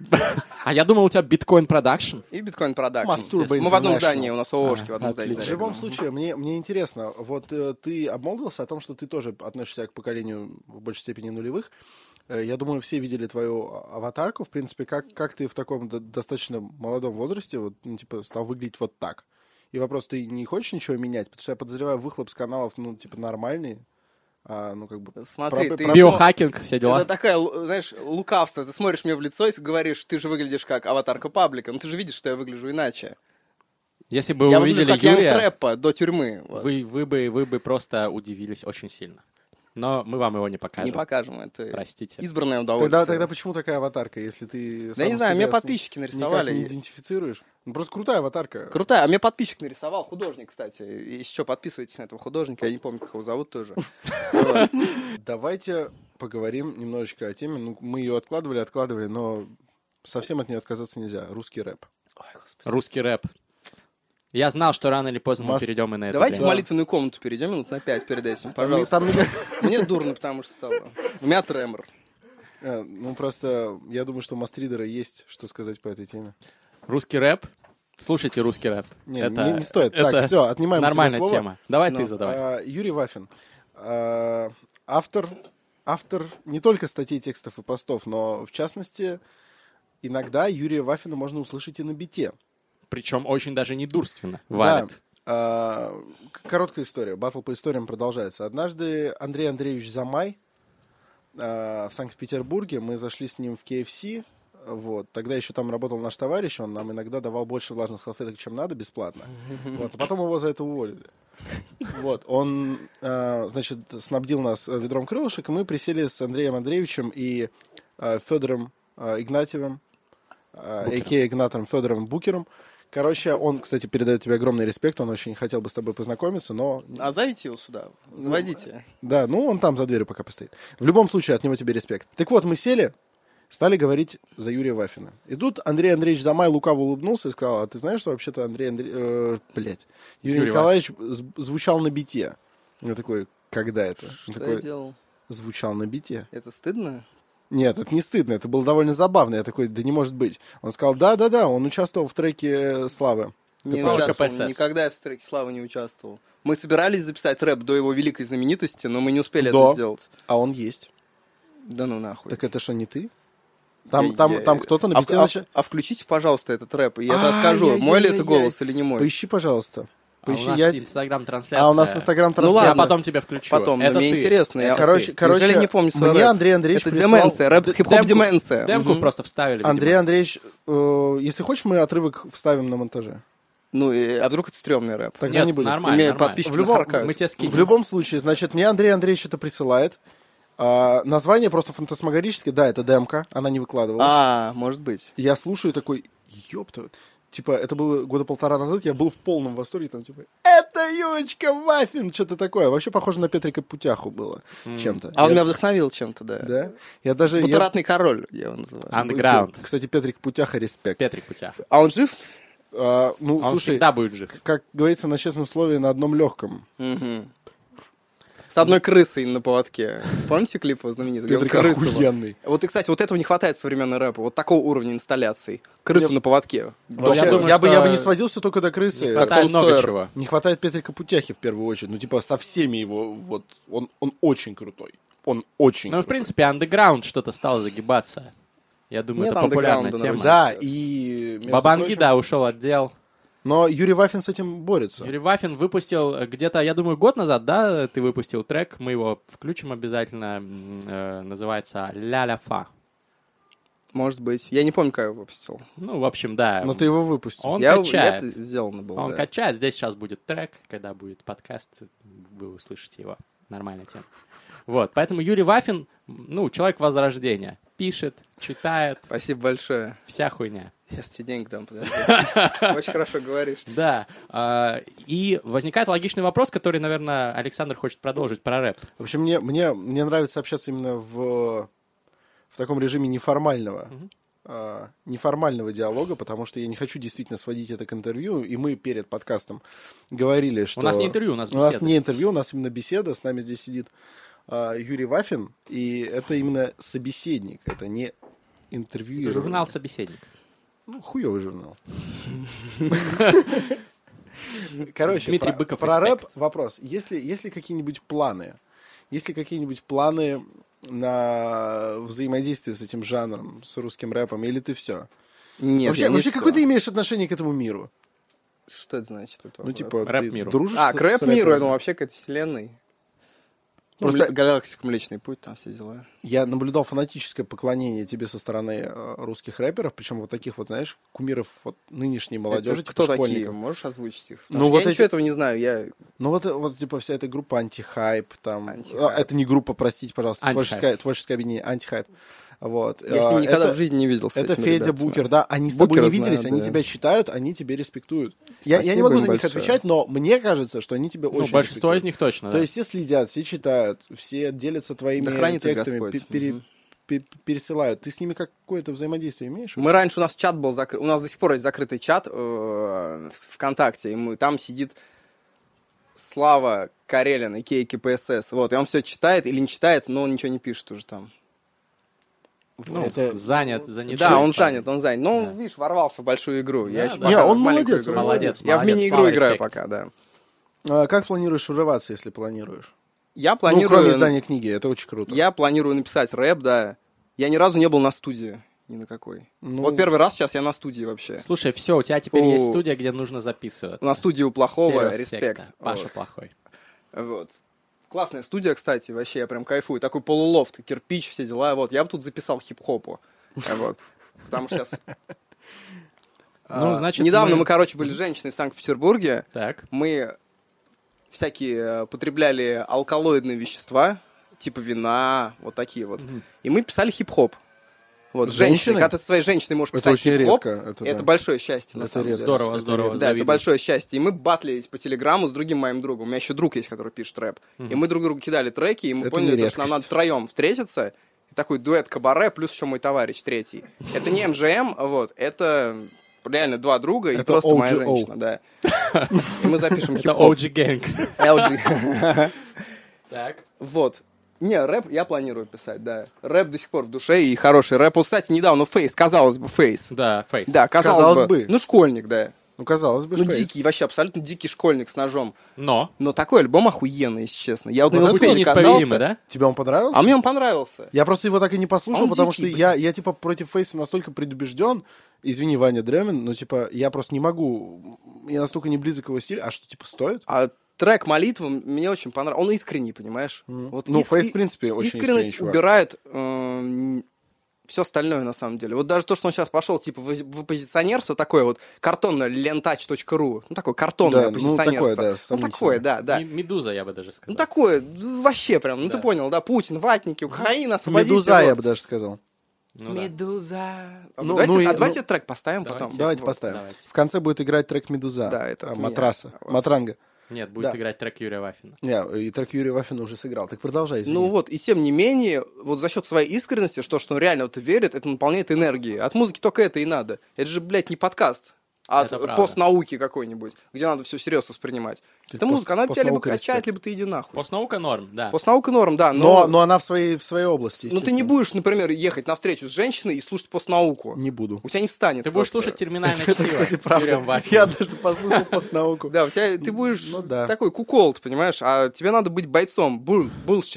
А я думал, у тебя Bitcoin Production. И Bitcoin Production. Masturbate Мы в одном International. здании, у нас ООшки в одном здании. отлично. В любом случае, мне интересно, вот ты обмолвился о том, что ты тоже относишься к поколению в большей степени нулевых. Я думаю, все видели твою аватарку. В принципе, как ты в таком достаточно молодом возрасте вот, ну, типа, стал выглядеть вот так? И вопрос, ты не хочешь ничего менять? Потому что я подозреваю, выхлоп с каналов, ну, типа, нормальный. Ну, как бы... Смотри, ты... Биохакинг, все дела. Это такая, знаешь, лукавство. Ты смотришь мне в лицо и говоришь, ты же выглядишь как аватарка паблика. Но ты же видишь, что я выгляжу иначе. Если бы Я вы выгляжу увидели как Янг Юрия, Трэпа до тюрьмы. Вот. вы бы просто удивились очень сильно. Но мы вам его не покажем. Не покажем, это Простите. избранное удовольствие. Тогда почему такая аватарка, если ты... Да я не знаю, себя мне подписчики нарисовали. Никак не идентифицируешь? Ну, просто крутая аватарка. Крутая, а мне подписчик нарисовал, художник, кстати. Если что, подписывайтесь на этого художника, я не помню, как его зовут тоже. Вот. Давайте поговорим немножечко о теме. Ну, мы ее откладывали, но совсем от нее отказаться нельзя. Русский рэп. Ой, господи. Русский рэп. Я знал, что рано или поздно мы перейдем и на это. Давайте в тему. молитвенную комнату перейдем минут на 5 перед этим, пожалуйста. Там Мне дурно, потому что стало. У меня тремор. Ну, просто я думаю, что у Мастридера есть что сказать по этой теме. Русский рэп. Слушайте русский рэп. Не, Это- не стоит. это Так, все, отнимаем у тебя Нормальная слово. тема. Давай Ну, ты задавай. Юрий Вафин. Автор не только статей, текстов и постов, но, в частности, иногда Юрия Вафина можно услышать и на бите. Причем очень даже недурственно Да. валит. Короткая история. Баттл по историям продолжается. Однажды Андрей Андреевич Замай в Санкт-Петербурге, мы зашли с ним в KFC. Вот. Тогда еще там работал наш товарищ, он нам иногда давал больше влажных салфеток, чем надо, бесплатно. Вот. А потом его за это уволили. Вот. Он, значит, снабдил нас ведром крылышек, и мы присели с Андреем Андреевичем и Федором Игнатьевым, а.к.а. Игнатором Федоровым Букером. Короче, он, кстати, передает тебе огромный респект, он очень хотел бы с тобой познакомиться, но... А зовите его сюда, заводите. Да, ну он там за дверью пока постоит. В любом случае, от него тебе респект. Так вот, мы сели, стали говорить за Юрия Вафина. И тут Андрей Андреевич Замай лукаво улыбнулся и сказал, а ты знаешь, что вообще-то Юрий Николаевич звучал на бите? Я такой, когда это? Он Что такой, я делал? звучал на бите. Это стыдно? Нет, это не стыдно, это было довольно забавно. Я такой, да не может быть. Он сказал, да, он участвовал в треке «Славы». Не Просто участвовал, КПСС. никогда я в треке Славы не участвовал. Мы собирались записать рэп до его великой знаменитости, но мы не успели Да. это сделать. А он есть. Да ну нахуй. Так это что, не ты? Там Я- кто-то на бите а включите, пожалуйста, этот рэп, и я тогда скажу, мой ли это голос или не мой. Поищи, пожалуйста. А у Поищи, нас инстаграм-трансляция. у нас инстаграм-трансляция. Ну ладно. Я потом тебя включу. Потом, Это но мне ты. интересно. Я... Короче, Неужели не помню свой мне рэп? Андрей Андреевич Это прислал... деменция, рэп, хип-хоп деменция. Демку просто вставили. видимо. Андрей Андреевич, если хочешь, мы отрывок вставим на монтаже. Ну, а вдруг это стрёмный рэп? Тогда Нет, не будем. нормально, Имеют нормально. подписчики, В любом- нахаркают. Мы тебе скинем. В любом случае, значит, мне Андрей Андреевич это присылает. Название просто фантасмагорическое. Да, это демка, она не выкладывалась. А, может быть. Я слушаю такой, ёпта. Типа, это было года полтора назад, я был в полном восторге, там, типа, это Юрочка Вафин, что-то такое. Вообще похоже на Петрика Путяху было чем-то. А он Я- меня вдохновил чем-то, да. Да? Я даже... Бутератный король, я его называю. Андеграунд. Кстати, Петрик Путяха, респект. Петрик Путях. А он жив? Ну, Он слушай, всегда будет жив. как говорится на честном слове, на одном легком. Мгм. С одной крысой на поводке. Помните клип его знаменитый? где он Петрик крысу- охуенный. Вот, и, кстати, вот этого не хватает в современной рэпа. Вот такого уровня инсталляций. Крысу на поводке. Вообще, я думаю, я бы что не сводился только до крысы. Не Как хватает Том много Сойер. чего. Не хватает Петрика Путяхи в первую очередь. Ну, типа, со всеми его, вот, он очень крутой. Он очень Ну, в крутой. принципе, андеграунд что-то стал загибаться. Я думаю, Нет это популярная андеграунда на тема. Руси. Да, сейчас. и... между Бабанги, прочим, да, ушел отдел. Но Юрий Вафин с этим борется. Юрий Вафин выпустил где-то, я думаю, год назад, да, ты выпустил трек, мы его включим обязательно, называется «Ля-ля-фа». Может быть. Я не помню, как я его выпустил. Ну, в общем, да. Но ты его выпустил. Он Я качает. это сделано было, Он да. качает. Здесь сейчас будет трек, когда будет подкаст, вы услышите его. Нормальная тема. Вот, поэтому Юрий Вафин, ну, человек возрождения. Пишет, читает, Спасибо большое. вся хуйня. Сейчас тебе денег дам, подожди. Очень хорошо говоришь. Да. И возникает логичный вопрос, который, наверное, Александр хочет продолжить про рэп. В общем, мне нравится общаться именно в таком режиме неформального диалога, потому что я не хочу действительно сводить это к интервью, и мы перед подкастом говорили, что... У нас не интервью, у нас У нас беседа. не интервью, у нас именно беседа, с нами здесь сидит Юрий Вафин, и это именно собеседник, это не интервью. Это журнал «Собеседник». Ну, хуёвый журнал. Короче, Дмитрий Быков, про рэп респект. вопрос. Есть ли какие-нибудь планы? Есть ли какие-нибудь планы на взаимодействие с этим жанром, с русским рэпом, или ты все? Нет, я не Вообще, всё. какое ты имеешь отношение к этому миру? Что это значит? Это Ну, вопрос? типа, ты Рэп-миру. дружишь А, с к рэп-миру, рэперами? я думал, вообще к этой вселенной. Просто- Галактика Млечный Путь, там все дела. Я наблюдал фанатическое поклонение тебе со стороны русских рэперов, причем вот таких вот, знаешь, кумиров вот нынешней молодежи, Это кто типа такие? школьников. Можешь озвучить их? Ну, Ну, вот я эти- ничего этого не знаю. Я... Ну вот, типа, вся эта группа антихайп, там... Антихайп. Это не группа, простите, пожалуйста, Антихайп. творческое объединение, антихайп. Вот. Я с ним никогда Это- в жизни не виделся. Это с этими Федя ребятами. Букер, да, они с тобой Букера не виделись, знаю, они да. тебя считают, они тебе респектуют. Я не Спасибо могу им за них большое. отвечать, но мне кажется, что они тебя Ну, очень большинство из респектуют. них точно, То да. есть все следят, все читают, все делятся твоими Да хранит их текстами, Господь. пересылают. Ты с ними какое-то взаимодействие имеешь? Мы раньше, у нас чат был закрыт, у нас до сих пор есть закрытый чат в ВКонтакте, и там сидит Слава Карелин, а.к.а. КПСС, вот, и он все читает или не читает, но он ничего не пишет уже там. Ну, это- занят. Да, он занят. Но он, видишь, ворвался в большую игру. Да, Я еще да. пока Не, он в маленькую молодец, игру он играю. молодец, Я в молодец. мини-игру Слава, играю респект. пока, да. Как планируешь врываться, если планируешь? Я Ну, кроме планирую... издания книги, это очень круто. Я планирую написать рэп, да. Я ни разу не был на студии. Ни на какой. Ну- Вот первый раз сейчас я на студии вообще. Слушай, все, у тебя теперь есть У- студия, где нужно записываться. На студии у Плохого, Стереосекта. респект. Паша Вот. плохой. Вот. Классная студия, кстати, вообще я прям кайфую. Такой полулофт, кирпич, все дела. Вот, я бы тут записал хип-хопу. Вот. Потому что сейчас... Ну, значит, Недавно мы, короче, были женщины в Санкт-Петербурге. Так. Мы всякие потребляли алкалоидные вещества, типа вина, вот такие вот. И мы писали хип-хоп. Вот, С женщины, женщиной? когда ты со своей женщиной можешь Это писать очень хип-хоп, редко, это это да. большое счастье, на Это самом деле. редко. Здорово, Это здорово. редко. Да, это завидую. большое счастье. И мы батлились по телеграмму с другим моим другом. У меня еще друг есть, который пишет рэп. И мы друг другу кидали треки, и мы Это поняли, не что нам редкость. надо втроем встретиться. И такой дуэт кабаре, плюс еще мой товарищ третий. Это не МЖМ, вот, это реально два друга и Это просто моя OGO. женщина, да. И мы запишем Это хип-хоп. OG Gang. LG. Так. Вот. Не, рэп я планирую писать, да. Рэп до сих пор в душе и хороший рэп. Вот, кстати, недавно Фейс, казалось бы, Фейс. Да, Фейс. Да, казалось бы. Ну, школьник, да. Ну, казалось бы, Ну, Фейс. дикий, вообще абсолютно дикий школьник с ножом. Но. Но такой альбом охуенный, если честно. Я вот на Вот Звуки велосипеде неисповедимы, катался. да? Тебе он понравился? А мне он понравился. Я просто его так и не послушал, Он потому дикий, что я типа против Фейса настолько предубежден. Извини, Ваня Дремин, но типа я просто не могу. Я настолько не близок к его стилю. А что, типа, стоит? А трек «Молитва» мне очень понравился. Он искренний, понимаешь? Вот Ну, Фейс, в принципе, очень искренний искренность чувак. убирает все остальное, на самом деле. Вот даже то, что он сейчас пошел, типа, в оппозиционерство, такое вот картонное, lentouch.ru, ну, такое картонное Да, ну, оппозиционерство. такое, да, Ну, сомнительное. такое, да. Медуза, я бы даже сказал. Ну, такое, вообще прям, ну, Да. ты понял, да, Путин, ватники, Украина, освободите. Медуза, я вот. бы даже сказал. Ну да. Медуза. Ну, давайте, ну и- давайте трек поставим Давайте. потом. Давайте Вот. поставим. давайте. В конце будет играть трек Медуза. Да, это от меня. Матраса. Вот. Матранга. Нет, будет Да. играть трек Юрия Вафина. Не, и трек Юрия Вафина уже сыграл. Так продолжай, извини. Ну вот, и тем не менее, вот за счет своей искренности, что он реально в это верит, это наполняет энергией. От музыки только это и надо. Это же, блядь, не подкаст, а Это от правда. постнауки какой-нибудь, где надо все серьезно воспринимать. есть Это музыка, она тебя либо постнаука качает, респект. либо ты иди нахуй. Постнаука норм, да. Постнаука норм, да, но она в своей области, но ты не естественно. будешь, например, ехать на встречу с женщиной и слушать постнауку. Не буду. У тебя не встанет. Ты будешь просто. слушать терминальное чтиво с Правда. Юрием Я Вафиным. однажды послушал постнауку. Да, у тебя ты будешь Ну да. такой куколд, понимаешь, а тебе надо быть бойцом, bullshit.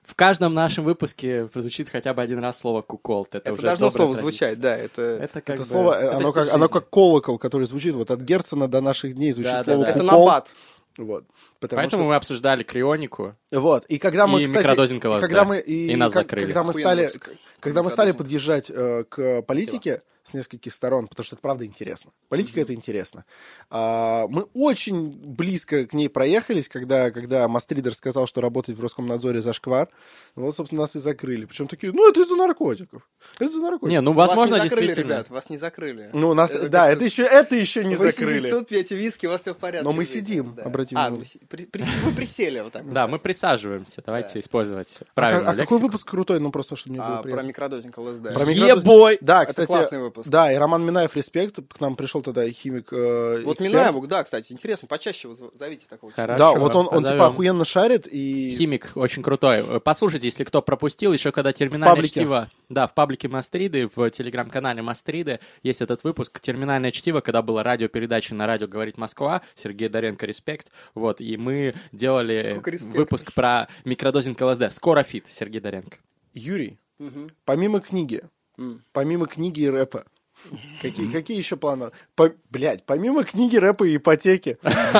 В каждом нашем выпуске прозвучит хотя бы один раз слово «куколд». Это уже должно добрая слово традиция. звучать, да. Это как Это бы... слово, это оно стиль как, оно жизни. как колокол, который звучит вот от Герцена до наших дней, звучит Да, слово да, да. Это «куколд». набат. Вот. Потому Поэтому мы обсуждали крионику. Вот, и когда мы, И кстати, микродозинг ЛСД. когда мы, И нас закрыли. Когда мы Охуенный стали, выпуск. когда мы стали Микродозинг. подъезжать к политике с нескольких сторон, потому что это правда интересно. Политика это интересно. Мы очень близко к ней проехались, когда Мастридер сказал, что работать в Роскомнадзоре зашквар. Вот, собственно, нас и закрыли. Причем такие, ну, это из-за наркотиков. Это из-за наркотиков. Не, ну, Вас возможно, не закрыли, действительно. ребят, вас не закрыли. Ну, нас, Это да, как-то- это еще не Вы закрыли. сидите тут, пьете виски, у вас все в порядке. Но мы в жизни, сидим, да. обратим А, внимание. вы присели вот так. Да, мы присаживаемся. Давайте Да. использовать правильную А какой лексику. выпуск крутой? Ну, просто, чтобы мне было Про приятно. микродозинг ЛСД. Про микродоз- Ебой! Да, Это кстати, классный выпуск. Да, и Роман Минаев, респект, к нам пришел тогда химик. Вот эксперт. Минаеву, да, кстати, интересно, почаще его зовите такого человека. Хорошо. Да, вот он позовем. типа охуенно шарит и... Химик очень крутой. Послушайте, если кто пропустил, еще когда терминальное паблике. чтиво... Да, в паблике Мастриды, в телеграм-канале Мастриды есть этот выпуск «Терминальное чтиво», когда была радиопередача на радио «Говорит Москва», Сергей Доренко, респект. Вот, и мы делали Сколько респектов. выпуск про микродозинг ЛСД. Скоро фит, Сергей Доренко. Юрий, Мгм. помимо книги и рэпа, какие еще планы? Помимо книги, рэпа и ипотеки,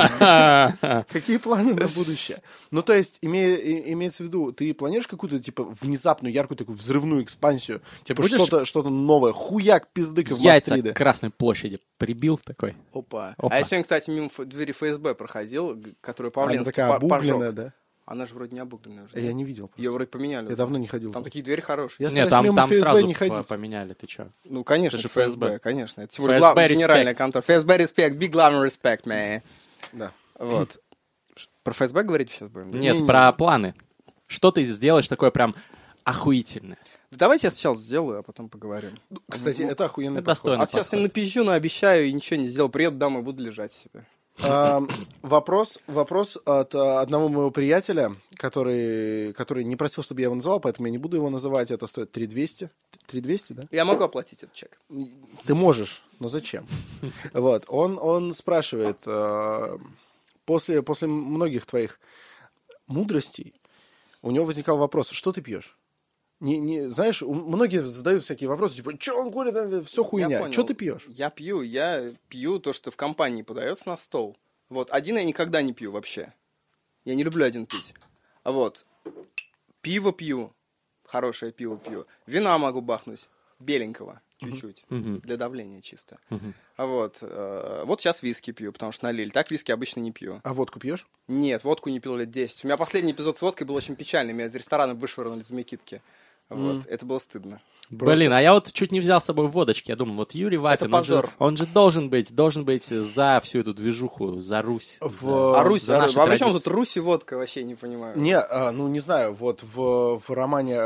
какие планы на будущее? Ну, то есть, имеется в виду, ты планируешь какую-то, типа, внезапную, яркую такую взрывную экспансию? Типа, будешь- что-то новое, хуяк, пиздыка в Яйца Мастриды. Красной площади прибил такой. Опа. Опа. А я сегодня, кстати, мимо двери ФСБ проходил, которую Она Павленский такая обугленная, пожег. да? Она же вроде не обугленная уже. Я не видел. Ее вроде поменяли. Я уже. давно не ходил. Там такие двери хорошие. Я Нет, стараюсь мимо там ФСБ сразу не ходить. поменяли, ты чё? Ну, конечно, Это же это ФСБ, ФСБ. конечно. Это тем более ФСБ глав- генеральная респект. контора. ФСБ респект, big главный респект, man. Да. Вот. Про ФСБ говорить сейчас будем? да? Нет, Не-не. про планы. Что ты сделаешь такое прям охуительное? Да давайте я сначала сделаю, а потом поговорим. Кстати, это охуенный Это подход. достойно. А сейчас я напизжу, но обещаю и ничего не сделал. Приеду домой, буду лежать себе. Вопрос от одного моего приятеля, который не просил, чтобы я его называл, поэтому я не буду его называть. Это стоит 3200. 3200, да? Я могу оплатить этот чек. Ты можешь, но зачем? Вот. Он спрашивает, после многих твоих мудростей, у него возникал вопрос, что ты пьешь? Знаешь, многие задают всякие вопросы, типа, что он курит, все Я хуйня. понял. Что ты пьешь? Я пью то, что в компании подается на стол. Вот, один я никогда не пью вообще. Я не люблю один пить. А вот, пиво пью, хорошее пиво пью. Вина могу бахнуть, беленького, чуть-чуть, для давления чисто. А вот сейчас виски пью, потому что налили. Так виски обычно не пью. А водку пьешь? Нет, водку не пил лет 10. У меня последний эпизод с водкой был очень печальный. Меня из ресторана вышвырнули за Микитки. Вот, это было стыдно. Блин, а я вот чуть не взял с собой водочки. Я думал, вот Юрий Вафин, позор. он же должен быть за всю эту движуху, за Русь. В- А Русь, за наши а при чем традиции. тут Русь и водка, вообще не понимаю. Не знаю, вот в романе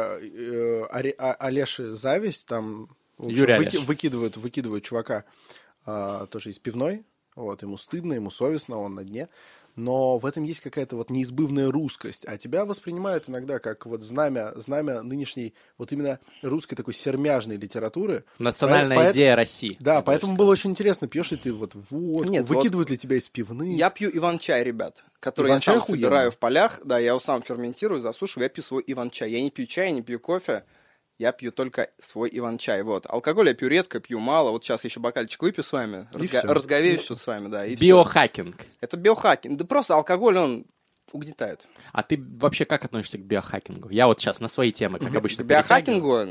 Олеши «Зависть» там в общем, Юрий Олеш. выкидывают чувака тоже из пивной, вот, ему стыдно, ему совестно, он на дне, но в этом есть какая-то вот неизбывная русскость, а тебя воспринимают иногда как вот знамя нынешней вот именно русской такой сермяжной литературы. Национальная идея России. Да, я бы поэтому сказал. было очень интересно, пьешь ли ты вот водку, Нет, выкидывают ли тебя из пивны. Я пью иван-чай, ребят, который Иван-чай я сам охуенно. собираю в полях. Да, я его сам ферментирую, засушиваю, я пью свой иван-чай. Я не пью чай, не пью кофе, я пью только свой иван-чай. Вот. Алкоголь я пью редко, пью мало. Вот сейчас еще бокальчик выпью с вами, всё. разговеюсь тут с вами, да, и всё. Биохакинг. Это биохакинг. Да просто алкоголь, он угнетает. А ты вообще как относишься к биохакингу? Я вот сейчас на свои темы, как обычно, К биохакингу,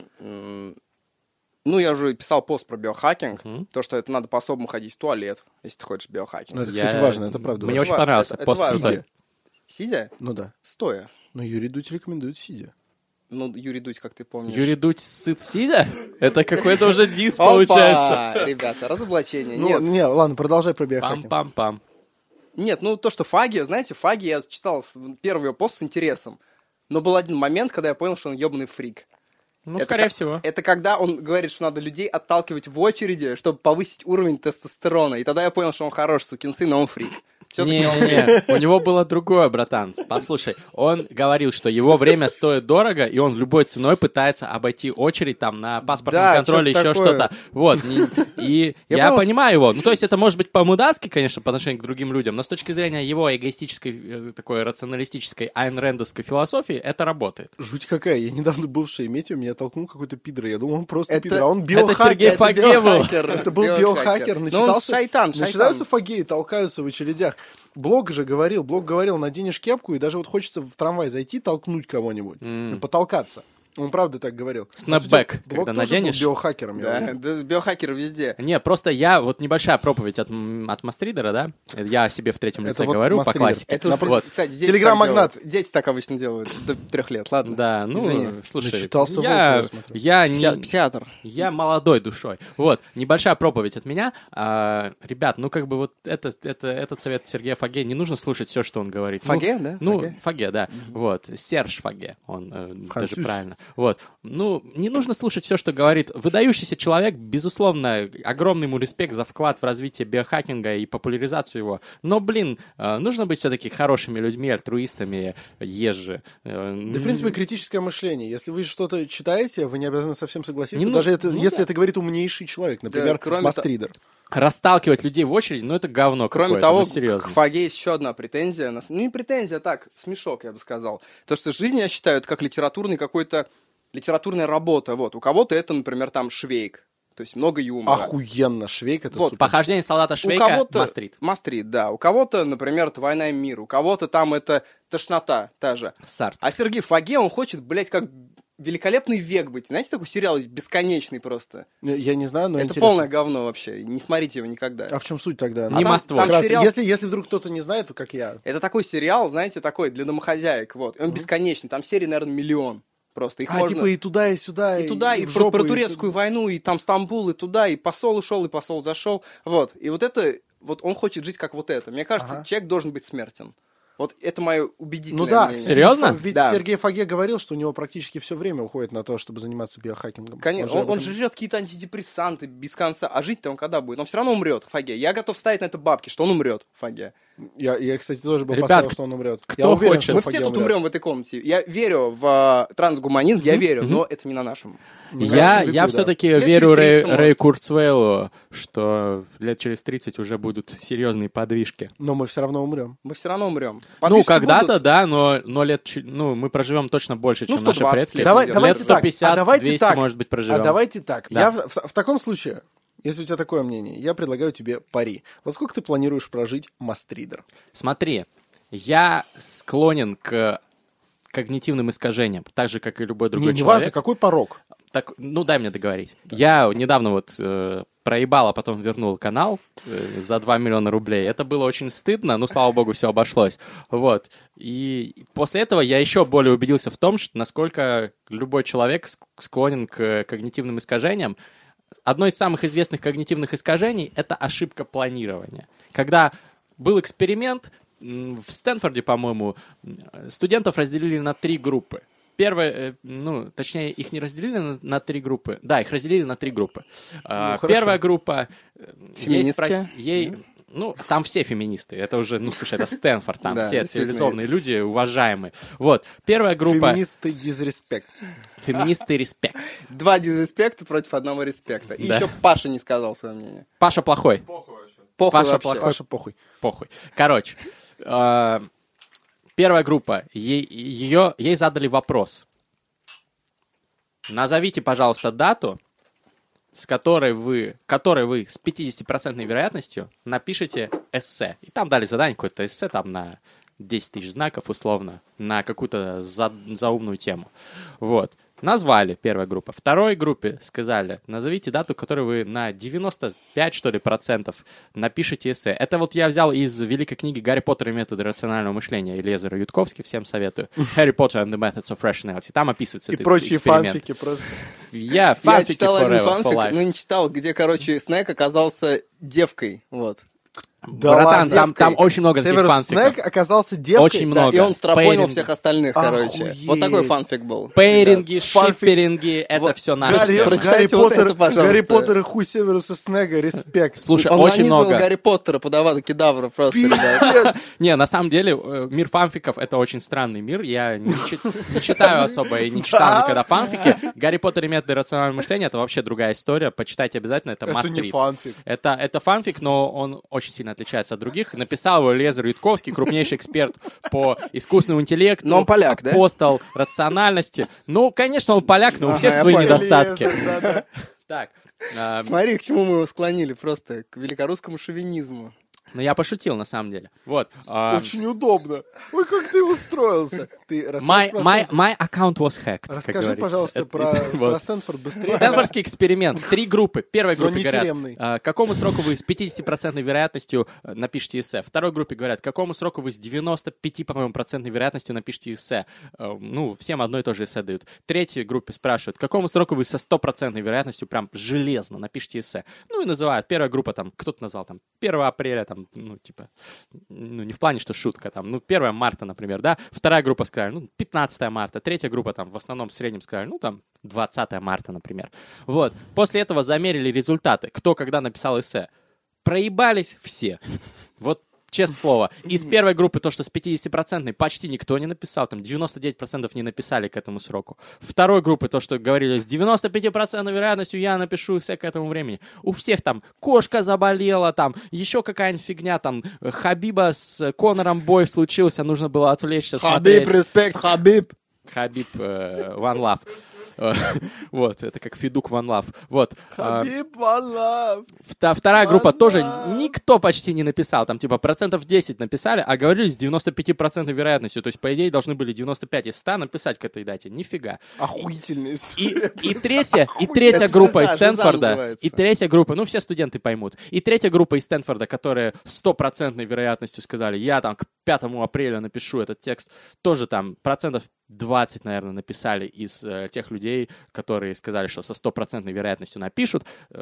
ну, я уже писал пост про биохакинг, то, что это надо по-особому ходить в туалет, если ты хочешь биохакинг. Ну, это, кстати, важно, это правда Мне важно. очень понравился Это пост. важно. крутой. Сидя? Ну да. Стоя. Но Юрий Дудь рекомендует сидя. Ну, Юрий Дудь, как ты помнишь. Юрий Дудь сыт сидя? Это какой-то уже дис Опа! получается. Ребята, разоблачение. Ну, Нет, не, ладно, продолжай про биохакинг. Пам-пам-пам. нет, ну то, что фаги, знаете, фаги я читал первый его пост с интересом. Но был один момент, когда я понял, что он ебаный фрик. Ну, Это скорее ка- всего. Это когда он говорит, что надо людей отталкивать в очереди, чтобы повысить уровень тестостерона. И тогда я понял, что он хороший сукин сын, но он фрик. Всё-таки он фрик. Не-не-не, у него было другое, братан. Послушай, он говорил, что его время стоит дорого, и он любой ценой пытается обойти очередь там на паспортном Да, контроле, что-то еще такое. что-то. Вот, И Я я понял, понимаю его. Ну, то есть это может быть по-мудацки, конечно, по отношению к другим людям, но с точки зрения его эгоистической, такой рационалистической, айн-рэндовской философии, это работает. Жуть какая. Я недавно был в Шереметьево, меня толкнул какой-то пидор. Я думал, он просто Это- пидор, а он Это биохакер. Сергей Фаге был. Это был биохакер. Ну, он шайтан. Начинаются фагеи, толкаются в очередях. Блог говорил, наденешь кепку, и даже вот хочется в трамвай зайти, толкнуть кого-нибудь, и потолкаться. Он правда так говорил. Снэпбэк, Блог когда тоже был наденешь. биохакером. я Да, уверен. да, биохакеры везде. Не, просто я, вот небольшая проповедь от Мастридера, да? Я о себе в третьем Это лице вот говорю по Мастридер. классике. Это Напротив- вот, кстати, дети Телеграм-магнат. так делают. Дети так обычно делают до 3 лет, ладно? Да, ну, Извини. слушай, Начитался я, Волкова, смотрю. я не... Психиатр. Я молодой душой. Вот, небольшая проповедь от меня. Ребят, ну как бы вот этот совет Сергея Фаге, не нужно слушать все, что он говорит. Фаге, да? Ну, Фаге? Фаге, да. Вот, Серж Фаге, он даже Француз. правильно. Вот, ну, не нужно слушать все, что говорит выдающийся человек, безусловно, огромный ему респект за вклад в развитие биохакинга и популяризацию его. Но, блин, нужно быть все-таки хорошими людьми, альтруистами, езжи. Да, в принципе, критическое мышление. Если вы что-то читаете, вы не обязаны совсем согласиться, Не ну- даже ну если да. это говорит умнейший человек, например, кроме Мастридер. Расталкивать людей в очередь, ну это говно Кроме какое-то, того, ну, серьезно. к Фаге есть еще одна претензия. Ну, не претензия, а так, смешок, я бы сказал. То, что жизнь, я считаю, это как литературная работа. Вот. У кого-то это, например, там Швейк. То есть много юмора. Охуенно, Швейк, это Вот, супер. Похождение солдата У Швейка, кого-то... Мастрид. Мастрид, да. У кого-то, например, это «Война и мир». У кого-то там это тошнота та же. Сарт. А Сергей Фаге, он хочет, блядь, как «Великолепный век» быть. Знаете, такой сериал бесконечный просто. Я не знаю, но Это интересно. полное говно вообще. Не смотрите его никогда. А в чем суть тогда? Не там- маствой. там Как раз, сериал- если вдруг кто-то не знает, то как я. Это такой сериал, знаете, такой для домохозяек. Вот. И он бесконечный. Там серий, наверное, 1 миллион. Просто их можно... Типа и туда, и сюда. И туда, и в про жопу, и турецкую войну, и там Стамбул, и туда, и посол ушел, и посол зашел. Вот. И вот это, вот он хочет жить как вот это. Мне кажется, Ага. человек должен быть смертен. Вот это мое убедительное Ну да, мнение. Серьезно? Ведь Да. Сергей Фаге говорил, что у него практически все время уходит на то, чтобы заниматься биохакингом. Конечно, об он этом- же жрет какие-то антидепрессанты без конца. А жить-то он когда будет? Он все равно умрет, Фаге. Я готов ставить на это бабки, что он умрет, Фаге. Я, кстати, тоже был Ребят, поставил, что он умрет. кто Я уверен, хочет? что Мы Фаге все тут умрет. умрем в этой комнате. Я верю в трансгуманизм, я верю, но это не на нашем. Я веку, да. все-таки Лет верю через 300, Рэй может. Курцвейлу, что лет через 30 уже будут серьезные подвижки. Но мы все равно умрем. Мы все равно умрем. Ну, Подвижки когда-то, будут. да, но мы проживем точно больше, Ну, чем наши 120 предки. лет. Давайте лет так. 150, А давайте 200, так. может быть, проживем. А давайте так. Да. Я в таком случае, если у тебя такое мнение, я предлагаю тебе пари. Во сколько ты планируешь прожить Мастридер? Смотри, я склонен к когнитивным искажениям, так же, как и любой другой Не важно, человек. какой порог. Так, ну, дай мне договорить. Я недавно вот проебал, а потом вернул канал за 2 миллиона рублей. Это было очень стыдно, но, слава богу, все обошлось. Вот. И после этого я еще более убедился в том, что насколько любой человек склонен к когнитивным искажениям. Одно из самых известных когнитивных искажений — это ошибка планирования. Когда был эксперимент, в Стэнфорде, по-моему, студентов разделили на 3 группы. Первая, точнее, их не разделили на 3 группы. Да, их разделили на 3 группы. хорошо. Первая группа... Феминистские? Там все феминисты. Это уже, слушай, это Стэнфорд. Там Да, все действительно. цивилизованные люди, уважаемые. Вот. Первая группа... Феминисты дизреспект. Феминисты респект. 2 дизреспекта против 1 респекта. И Да. еще Паша не сказал свое мнение. Паша плохой. Похуй Паша вообще. плохой. Паша, похуй. Похуй. Короче, первая группа, ей задали вопрос. Назовите, пожалуйста, дату, с которой вы с 50% вероятностью напишите эссе. И там дали задание, какое-то эссе там на 10 тысяч знаков, условно, на какую-то заумную тему. Вот. Назвали первая группа. Второй группе сказали, назовите дату, которой вы на 95, что ли, процентов напишите эссе. Это вот я взял из великой книги «Гарри Поттер и методы рационального мышления» Элиезера Ютковски, всем советую. «Harry Potter and the Methods of Rationality». Там описывается И этот прочие эксперимент. фанфики просто. Я Фанфики читал один forever, for фанфик, life. но не читал, где, короче, Снэк оказался девкой. Вот. Братан, ладно. там очень много таких Северус фанфиков. Снег оказался девкой. Очень Да, много. и он стропонил Пейринги. всех остальных, короче. Охуеть. Вот такой фанфик был. Пейринги, Фанфик. шиперинги, это Вот все наше. Гарри, всё. Прочитайте Гарри вот Поттер, это, пожалуйста. Гарри Поттер и хуй Северуса Снега, респект. Слушай, Он очень нанизывал много. Гарри Поттера под Авада Кедавра просто, ребят. Не, на самом деле, мир фанфиков — это очень странный мир. Я не читаю особо и не читал никогда фанфики. Гарри Поттер и методы рационального мышления — это вообще другая история. Почитайте обязательно, это Это не must-read. фанфик. Это фанфик, но он очень сильно отличается от других. Написал его Лезер Ютковский, крупнейший эксперт по искусственному интеллекту. Но он поляк, да? Апостол рациональности. Ну, конечно, он поляк, но у всех я свои понял. недостатки. Лезер, да-да. Так, Смотри, к чему мы его склонили просто. К великорусскому шовинизму. ну я пошутил, на самом деле. Вот. Очень удобно. Ой, как ты устроился. Ты My, расскажешь про my, Стэнфорд? my account was hacked, как Расскажи, говорится. пожалуйста, про Вот. Стэнфорд быстрее. Стэнфордский эксперимент. 3 группы. Первой Но группе не говорят, тюремный. к какому сроку вы с 50% вероятностью напишите эссе. Второй группе говорят, к какому сроку вы с 95% вероятностью напишите эссе. Ну, всем одно и то же эссе дают. Третьей группе спрашивают, к какому сроку вы со 100% вероятностью прям железно напишите эссе. Ну, и называют. Первая группа, там, кто-то назвал, там, 1 апреля, там, ну, типа, ну, не в плане, что шутка, там, ну, 1 марта, например, да. Вторая группа сказали, ну, 15 марта. Третья группа, там, в основном в среднем сказали, ну, там, 20 марта, например. Вот. После этого замерили результаты. Кто когда написал эссе. Проебались все. Вот честное слово. Из первой группы то, что с 50% почти никто не написал, там 99% не написали к этому сроку. Второй группы то, что говорили, с 95% вероятностью я напишу эссе к этому времени. У всех там кошка заболела, там еще какая-нибудь фигня, там Хабиба с Конором бой случился, нужно было отвлечься, смотреть. Хабиб, респект, Хабиб. Хабиб One Love. Вот, это как Федук One Love. Вот. Хабиб, one love. Вторая группа One тоже love. никто почти не написал. Там типа 10% написали, а говорили с 95% вероятностью. То есть, по идее, должны были 95 из 100 написать к этой дате. Нифига. Охуительная И история. третья Это группа из жиза Стэнфорда, называется. и третья группа, ну все студенты поймут, и третья группа из Стэнфорда, которые 100% вероятностью сказали, я там к 5 апреля напишу этот текст, тоже там 20%, наверное, написали из тех людей, которые сказали, что со 100% вероятностью напишут,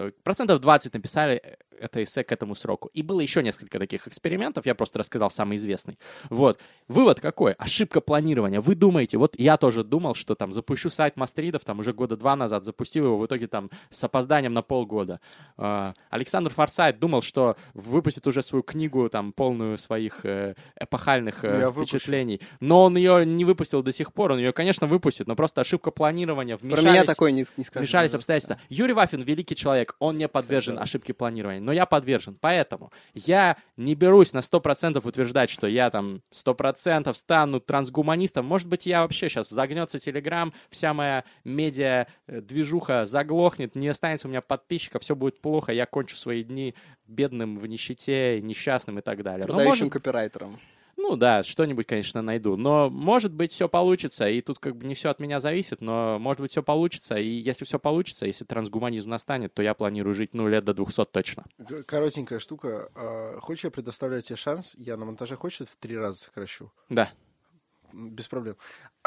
20% написали это эссе к этому сроку. И было еще несколько таких экспериментов, я просто рассказал самый известный. Вот. Вывод какой? Ошибка планирования. Вы думаете, вот я тоже думал, что там запущу сайт Мастридов, там уже 2 года назад запустил его, в итоге там с опозданием на полгода. Александр Форсайт думал, что выпустит уже свою книгу, там, полную своих эпохальных впечатлений. Но он ее не выпустил до сих пор. Он ее, конечно, выпустит, но просто ошибка планирования. Про меня такое не скажешь. Вмешались обстоятельства. Юрий Вафин великий человек, он не подвержен ошибке планирования, но я подвержен. Поэтому я не берусь на 100% утверждать, что я там 100% стану трансгуманистом. Может быть, я вообще сейчас загнется Телеграм, вся моя медиа-движуха заглохнет, не останется у меня подписчиков, все будет плохо, я кончу свои дни бедным, в нищете, несчастным и так далее. Но Продающим копирайтером. ну да, что-нибудь, конечно, найду. Но, может быть, все получится, и тут как бы не все от меня зависит, но, может быть, все получится. И если все получится, если трансгуманизм настанет, то я планирую жить, лет до 200 точно. Коротенькая штука. Хочешь, я предоставляю тебе шанс? Я на монтаже, хочешь, это в 3 раза сокращу? Да. Без проблем.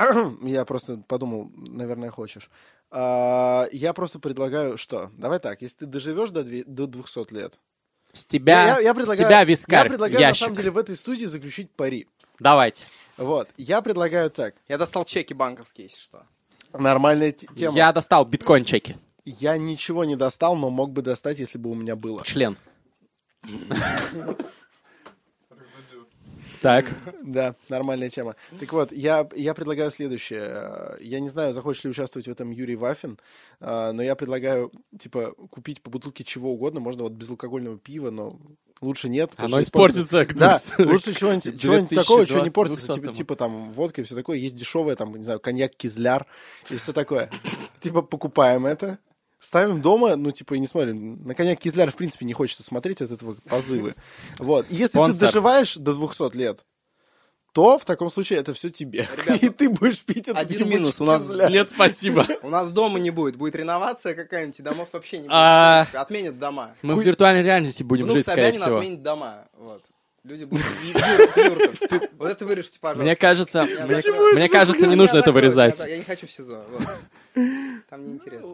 Я просто подумал, наверное, хочешь. Я просто предлагаю, что? Давай так, если ты доживешь до 200 лет, С тебя, предлагаю, с тебя вискарь, я предлагаю, ящик. на самом деле, в этой студии заключить пари. Давайте. Вот. Я предлагаю так. Я достал чеки банковские, если что. Нормальная тема. Я достал биткоин-чеки. Я ничего не достал, но мог бы достать, если бы у меня было. Член. Так. Да, нормальная тема. Так вот, я предлагаю следующее. Я не знаю, захочешь ли участвовать в этом Юрий Вафин, но я предлагаю, типа, купить по бутылке чего угодно. Можно вот безалкогольного пива, но лучше нет. потому Оно что испортится. испортится. Да, лучше чего-нибудь такого, чего не 2020 портится. Типа там водка и все такое. Есть дешевое, там, не знаю, коньяк Кизляр и все такое. Типа покупаем это. Ставим дома, ну, типа, и не смотрим. На коньяк Кизляр, в принципе, не хочется смотреть от этого позывы. Вот. И если Спонсор. ты доживаешь до 200 лет, то в таком случае это все тебе. Ребята, И ты будешь пить этот один ебучий минус. У нас Кизляр. Нет, спасибо. У нас дома не будет. Будет реновация какая-нибудь, и домов вообще не будет. А. В принципе. Отменят дома. Мы в виртуальной реальности будем Внук жить, скорее Собянин всего. отменит дома. Вот. Люди будут в юртах. Вот это вырежьте, пожалуйста. Мне кажется, Почему мне кажется, не нужно это вырезать. Я не хочу в СИЗО. Вот. Там неинтересно.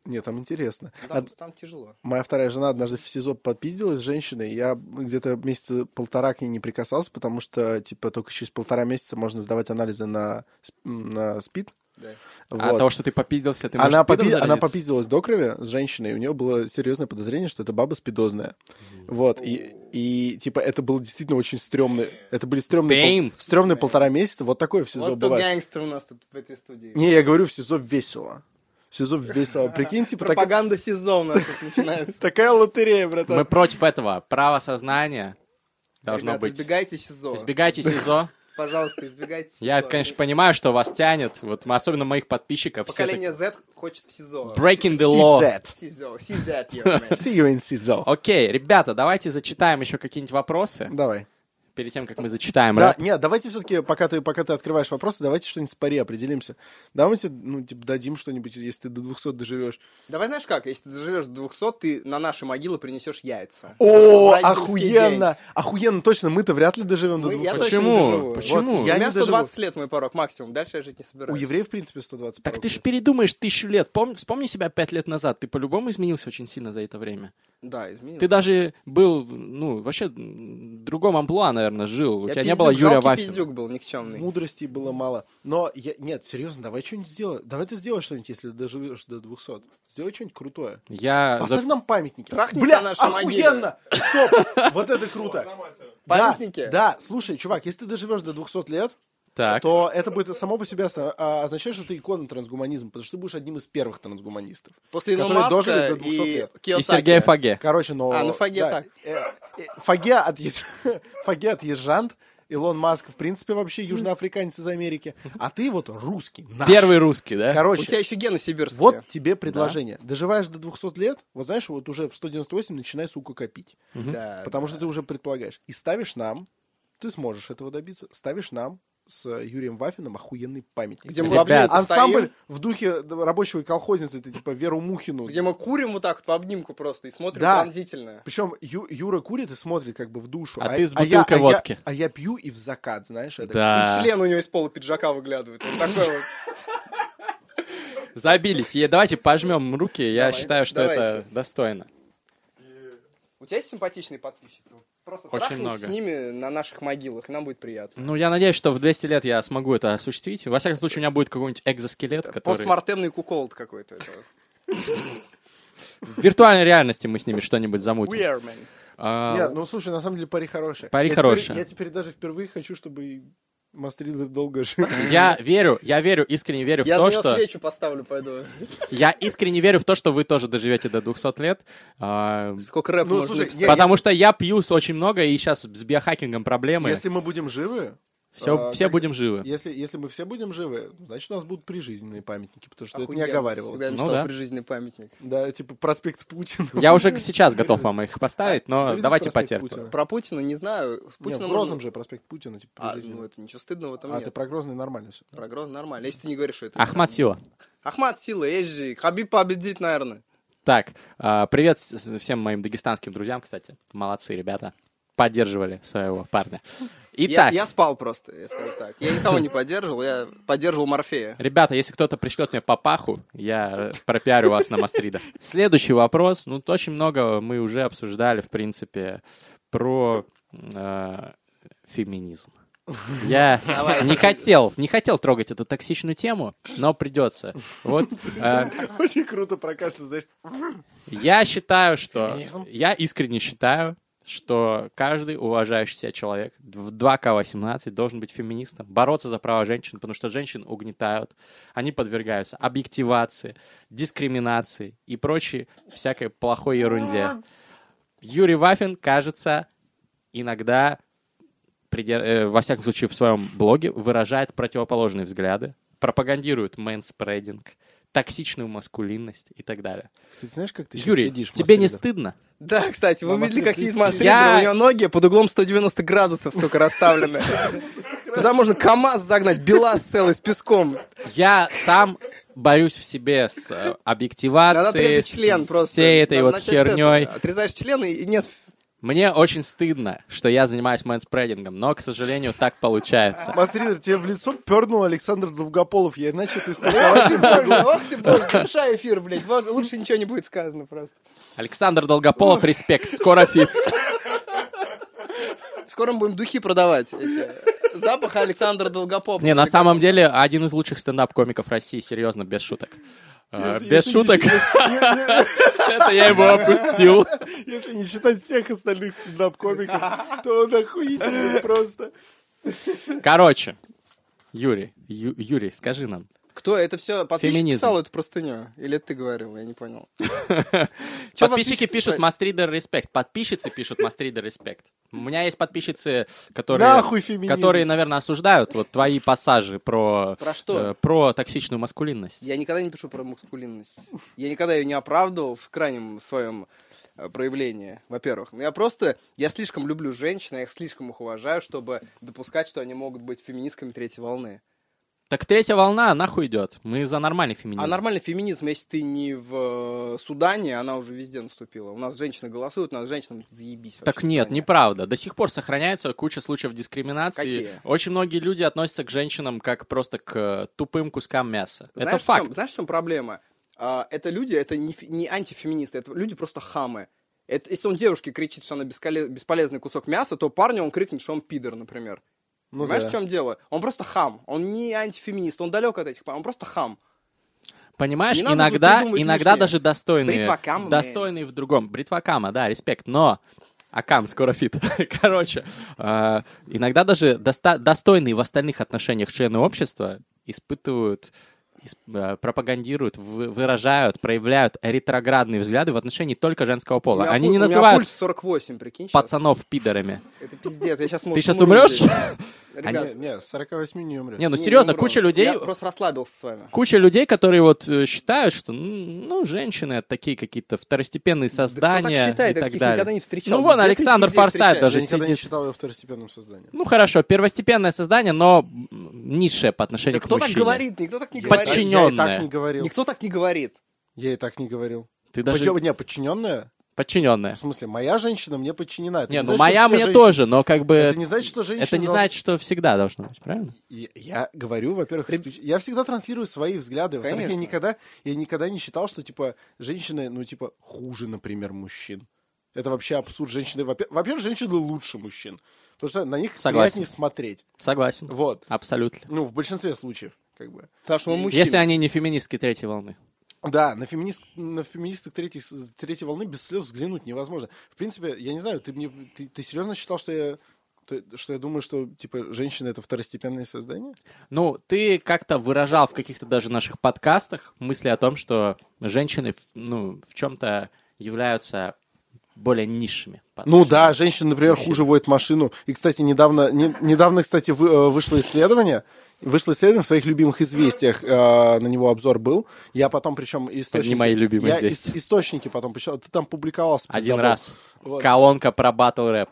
Нет, там интересно. Там тяжело. Моя вторая жена однажды в СИЗО подпиздилась с женщиной, я где-то месяца полтора к ней не прикасался, потому что, типа, только через 1,5 месяца можно сдавать анализы на СПИД. Да. А от того, что ты попиздился, ты можешь Она спидом заразиться? попиздилась до крови с женщиной, и у нее было серьезное подозрение, что это баба спидозная. Вот, и типа, это было действительно очень стрёмно. Это были стрёмные 1,5 месяца, вот такое в СИЗО Вот бывает. гангстер у нас тут в этой студии. Не, я говорю, в СИЗО весело. В СИЗО весело. Прикинь, типа, Пропаганда СИЗО у нас тут начинается. такая лотерея, братан. Мы против этого. Право сознания должно Ребята, быть. избегайте СИЗО. Избегайте СИЗО. Пожалуйста, избегайте СИЗО. Я, конечно, понимаю, что вас тянет, вот особенно моих подписчиков. все Поколение Z хочет в СИЗО. Breaking the law. СИЗО. CZ, yeah, man. See you in СИЗО. Окей, ребята, давайте зачитаем еще какие-нибудь вопросы Давай. перед тем, как мы зачитаем Да, рэп. нет, давайте все-таки, пока ты открываешь вопросы, давайте что-нибудь с пари определимся. Давайте, дадим что-нибудь, если ты до 200 доживешь. Давай знаешь как, если ты доживешь до 200, ты на наши могилы принесешь яйца. О, В родительский охуенно! Охуенно, точно, мы-то вряд ли доживем до день. 200. Я точно Почему? не доживу. Почему? Вот, Я у меня не доживу. 120 лет мой порог максимум, дальше я жить не У собираюсь. евреев, в принципе, 120. Так порог. ты ж передумаешь 1000 лет. Вспомни себя 5 лет назад. Ты по-любому изменился очень сильно за это время. Да, изменился. Ты даже был, вообще в другом амплуа, наверное, жил. У Я тебя не пиздюк, было Юрия жалкий Вафина. пиздюк был, никчемный. Мудрости было мало. Но, нет, серьезно, давай что-нибудь сделай. Давай ты сделай что-нибудь, если доживешь до 200. Сделай что-нибудь крутое. Поставь нам памятники. Трахнись Бля, на нашей могиле. охуенно! Стоп! Вот это круто. Памятники? Да, слушай, чувак, если ты доживешь до 200 лет, Так. то это будет само по себе означать, что ты икона трансгуманизма, потому что ты будешь одним из первых трансгуманистов. После Илона которые дожили Маска до 200 и лет. И Кийосаки. Сергея Фаге. Короче, но... Фаге так. Фаге от Ержант, Илон Маск, в принципе, вообще южноафриканец из Америки, а ты вот русский. наш. Первый русский, да? У Короче, тебя еще гены сибирские. вот тебе предложение. Доживаешь до 200 лет, вот знаешь, вот уже в 198 начинай, сука, копить. Да, Потому что ты уже предполагаешь. И ставишь нам, ты сможешь этого добиться, ставишь нам с Юрием Вафиным охуенный памятник. Где мы в Ребят, обнимку Ансамбль стоим, в духе рабочего колхозницы, это типа Веру Мухину. где мы курим вот так вот в обнимку просто и смотрим Да. пронзительно. Причем Юра курит и смотрит как бы в душу. А ты с бутылкой водки. А я пью и в закат, знаешь. Это Да. И член у него из пола пиджака выглядывает. Вот такой вот. Забились. Давайте пожмем руки. Я Давай, считаю, что давайте. это достойно. У тебя есть симпатичные подписчицы? Вот просто Очень трахнись много. с ними на наших могилах, и нам будет приятно. Ну, я надеюсь, что в 200 лет я смогу это осуществить. Во всяком случае, у меня будет какой-нибудь экзоскелет, который... Постмортемный куколд какой-то. это вот. В виртуальной реальности мы с ними что-нибудь замутим. We are, man. А, Нет, ну слушай, на самом деле пари хорошие. Пари Я хорошие. теперь- Я теперь даже впервые хочу, чтобы Мастридер долго жил. Я верю, искренне верю в Я то, за него что... свечу поставлю, пойду. Я искренне верю в то, что вы тоже доживете до 200 лет. Сколько рэп Ну, можно слушай, написать? я- Потому что я пью очень много, и сейчас с биохакингом проблемы. Если мы будем живы, Все как- будем живы. если мы все будем живы, значит, у нас будут прижизненные памятники, потому что это не Охуенно. оговаривалось. Всегда Ну мечтал да. прижизненный памятник. Да, типа проспект Путина. Я уже сейчас готов вам их поставить, но Вырезать давайте проспект потерпим. Путина. Про Путина не знаю. С Не, в Путиным Грозном можно- же проспект Путина, типа, А, прижизненный. ну это ничего стыдного в этом А нет. ты про Грозный нормально все. Про Грозный нормально. Если ты не говоришь, что это... Ахмат Сила. Ахмат Сила, Эджи, Хабиб победит, наверное. Так, привет всем моим дагестанским друзьям, кстати. Молодцы, ребята. Поддерживали своего парня. Итак, Я спал просто, я скажу так. Я никого не поддерживал, я поддерживал Морфея. ребята, если кто-то пришлет мне папаху, я пропиарю вас на Мастрида. Следующий вопрос. Ну, очень много мы уже обсуждали, в принципе, про феминизм. Я не хотел трогать эту токсичную тему, но придется. Вот, Очень круто прокашляться, знаешь. я считаю, что... Феминизм? Я искренне считаю, что каждый уважающий себя человек в 2К18 должен быть феминистом, бороться за права женщин, потому что женщин угнетают, они подвергаются объективации, дискриминации и прочей всякой плохой ерунде. Юрий Вафин, кажется, иногда, во всяком случае в своем блоге, выражает противоположные взгляды, пропагандирует мэнспрединг, токсичную маскулинность и так далее. Кстати, знаешь, как ты сейчас Юрий, сидишь? тебе не Мастрида? стыдно? Да, кстати, вы Мама, видели, как ты- сидит ты- Мастридер? Я- У него ноги под углом 190 градусов, сука, расставлены. Туда можно КамАЗ загнать, БелАЗ целый, с песком. Я сам борюсь в себе с Надо объективацией, отрезать член с просто. всей этой Надо вот начать с этого. херней. Отрезаешь член, и нет Мне очень стыдно, что я занимаюсь мэнспредингом, но, к сожалению, так получается. Мастридер, тебе в лицо пернул Александр Долгополов, я иначе ты столковать не могу. Ох ты, боже, завершай эфир, блядь. Вот, лучше ничего не будет сказано просто. Александр Долгополов, респект, скоро фит. Скоро мы будем духи продавать. Запах Александра Долгополова. Не, на самом деле, один из лучших стендап-комиков России, серьезно, без шуток. Без Если шуток. Это я его опустил. Если не считать всех остальных стендап-комиков, то он охуительный просто. Короче, Юрий, скажи нам. Кто? Это все подписчик Феминизм. писал эту простыню? Или это ты говорил? Я не понял. Подписчики пишут Мастридер респект. Подписчицы пишут Мастридер респект. У меня есть подписчицы, Нахуй феминизм. которые, наверное, осуждают вот твои пассажи про что? про токсичную маскулинность. Я никогда не пишу про маскулинность. Я никогда ее не оправдывал в крайнем своем проявлении, во-первых. Но я слишком люблю женщин, я их слишком их уважаю, чтобы допускать, что они могут быть феминистками третьей волны. Так третья волна нахуй идет. Мы за нормальный феминизм. А нормальный феминизм, если ты не в Судане, она уже везде наступила. У нас женщины голосуют, у нас женщинам заебись. Так нет, неправда. До сих пор сохраняется куча случаев дискриминации. Какие? Очень многие люди относятся к женщинам как просто к тупым кускам мяса. Знаешь, это факт. Знаешь, в чем проблема? Это люди, это не антифеминисты, это люди просто хамы. Если он девушке кричит, что она бесполезный кусок мяса, то парню он крикнет, что он пидор, например. Ну Понимаешь, да. в чем дело? Он просто хам. Он не антифеминист, он далек от этих, он просто хам. Понимаешь, Не надо иногда придумывать даже лишнее. достойные. Бритвакам, Достойные в другом. Бритвакама, да, респект. Но Акам, скоро фит. Короче, иногда даже достойные в остальных отношениях члены общества испытывают, пропагандируют, выражают, проявляют ретроградные взгляды в отношении только женского пола. Они не У меня называют пульс 48, прикинь, сейчас. пацанов пидорами. Это пиздец, я сейчас Ты сейчас умрешь? А не, с 48 не умрет. Не, ну серьезно, куча людей... Я просто расслабился с вами. Куча людей, которые вот считают, что, ну, женщины это такие какие-то второстепенные создания Да кто так считает? и Я так таких далее. никогда не встречал. Ну, вон, Где ты Александр везде Форсайт встречаешь? даже Я никогда не сидит. считал его второстепенным созданием. Ну, хорошо, первостепенное создание, но низшее по Да отношению к кто так мужчине. говорит? Никто так не Подчинен. говорит. Я и Подчиненная. так не говорил. Никто так не говорит. Я и так не говорил. Ты даже Не, подчиненная? подчиненная. В смысле, моя женщина мне подчинена. Это Не, ну значит, моя что все мне женщины- тоже, но как бы... Это не значит, что женщина... Это не значит, что всегда должно быть, правильно? Я говорю, во-первых, я всегда транслирую свои взгляды. Во-вторых, Конечно. я никогда не считал, что, типа, женщины, ну, типа, хуже, например, мужчин. Это вообще абсурд. Женщины, во-первых, женщины лучше мужчин. Потому что на них Согласен. приятнее смотреть. Согласен. Вот. Абсолютно. Ну, в большинстве случаев, как бы. Потому что мы мужчины. Если они не феминистки третьей волны. Да, на феминисток третьей волны без слез взглянуть невозможно. В принципе, я не знаю, ты серьезно считал, что я думаю, что, типа, женщины — это второстепенные создания? Ну, ты как-то выражал в каких-то даже наших подкастах мысли о том, что женщины, ну, в чем-то являются более низшими. по Ну отношению. да, женщины, например, хуже водят машину. И, кстати, недавно, кстати, вышло исследование в своих любимых известиях, на него обзор был. Я потом, причем, источники... Не мои любимые я известия. источники потом почитал. Ты там публиковался. Один пиздабол. раз. Вот. Колонка про батл рэп.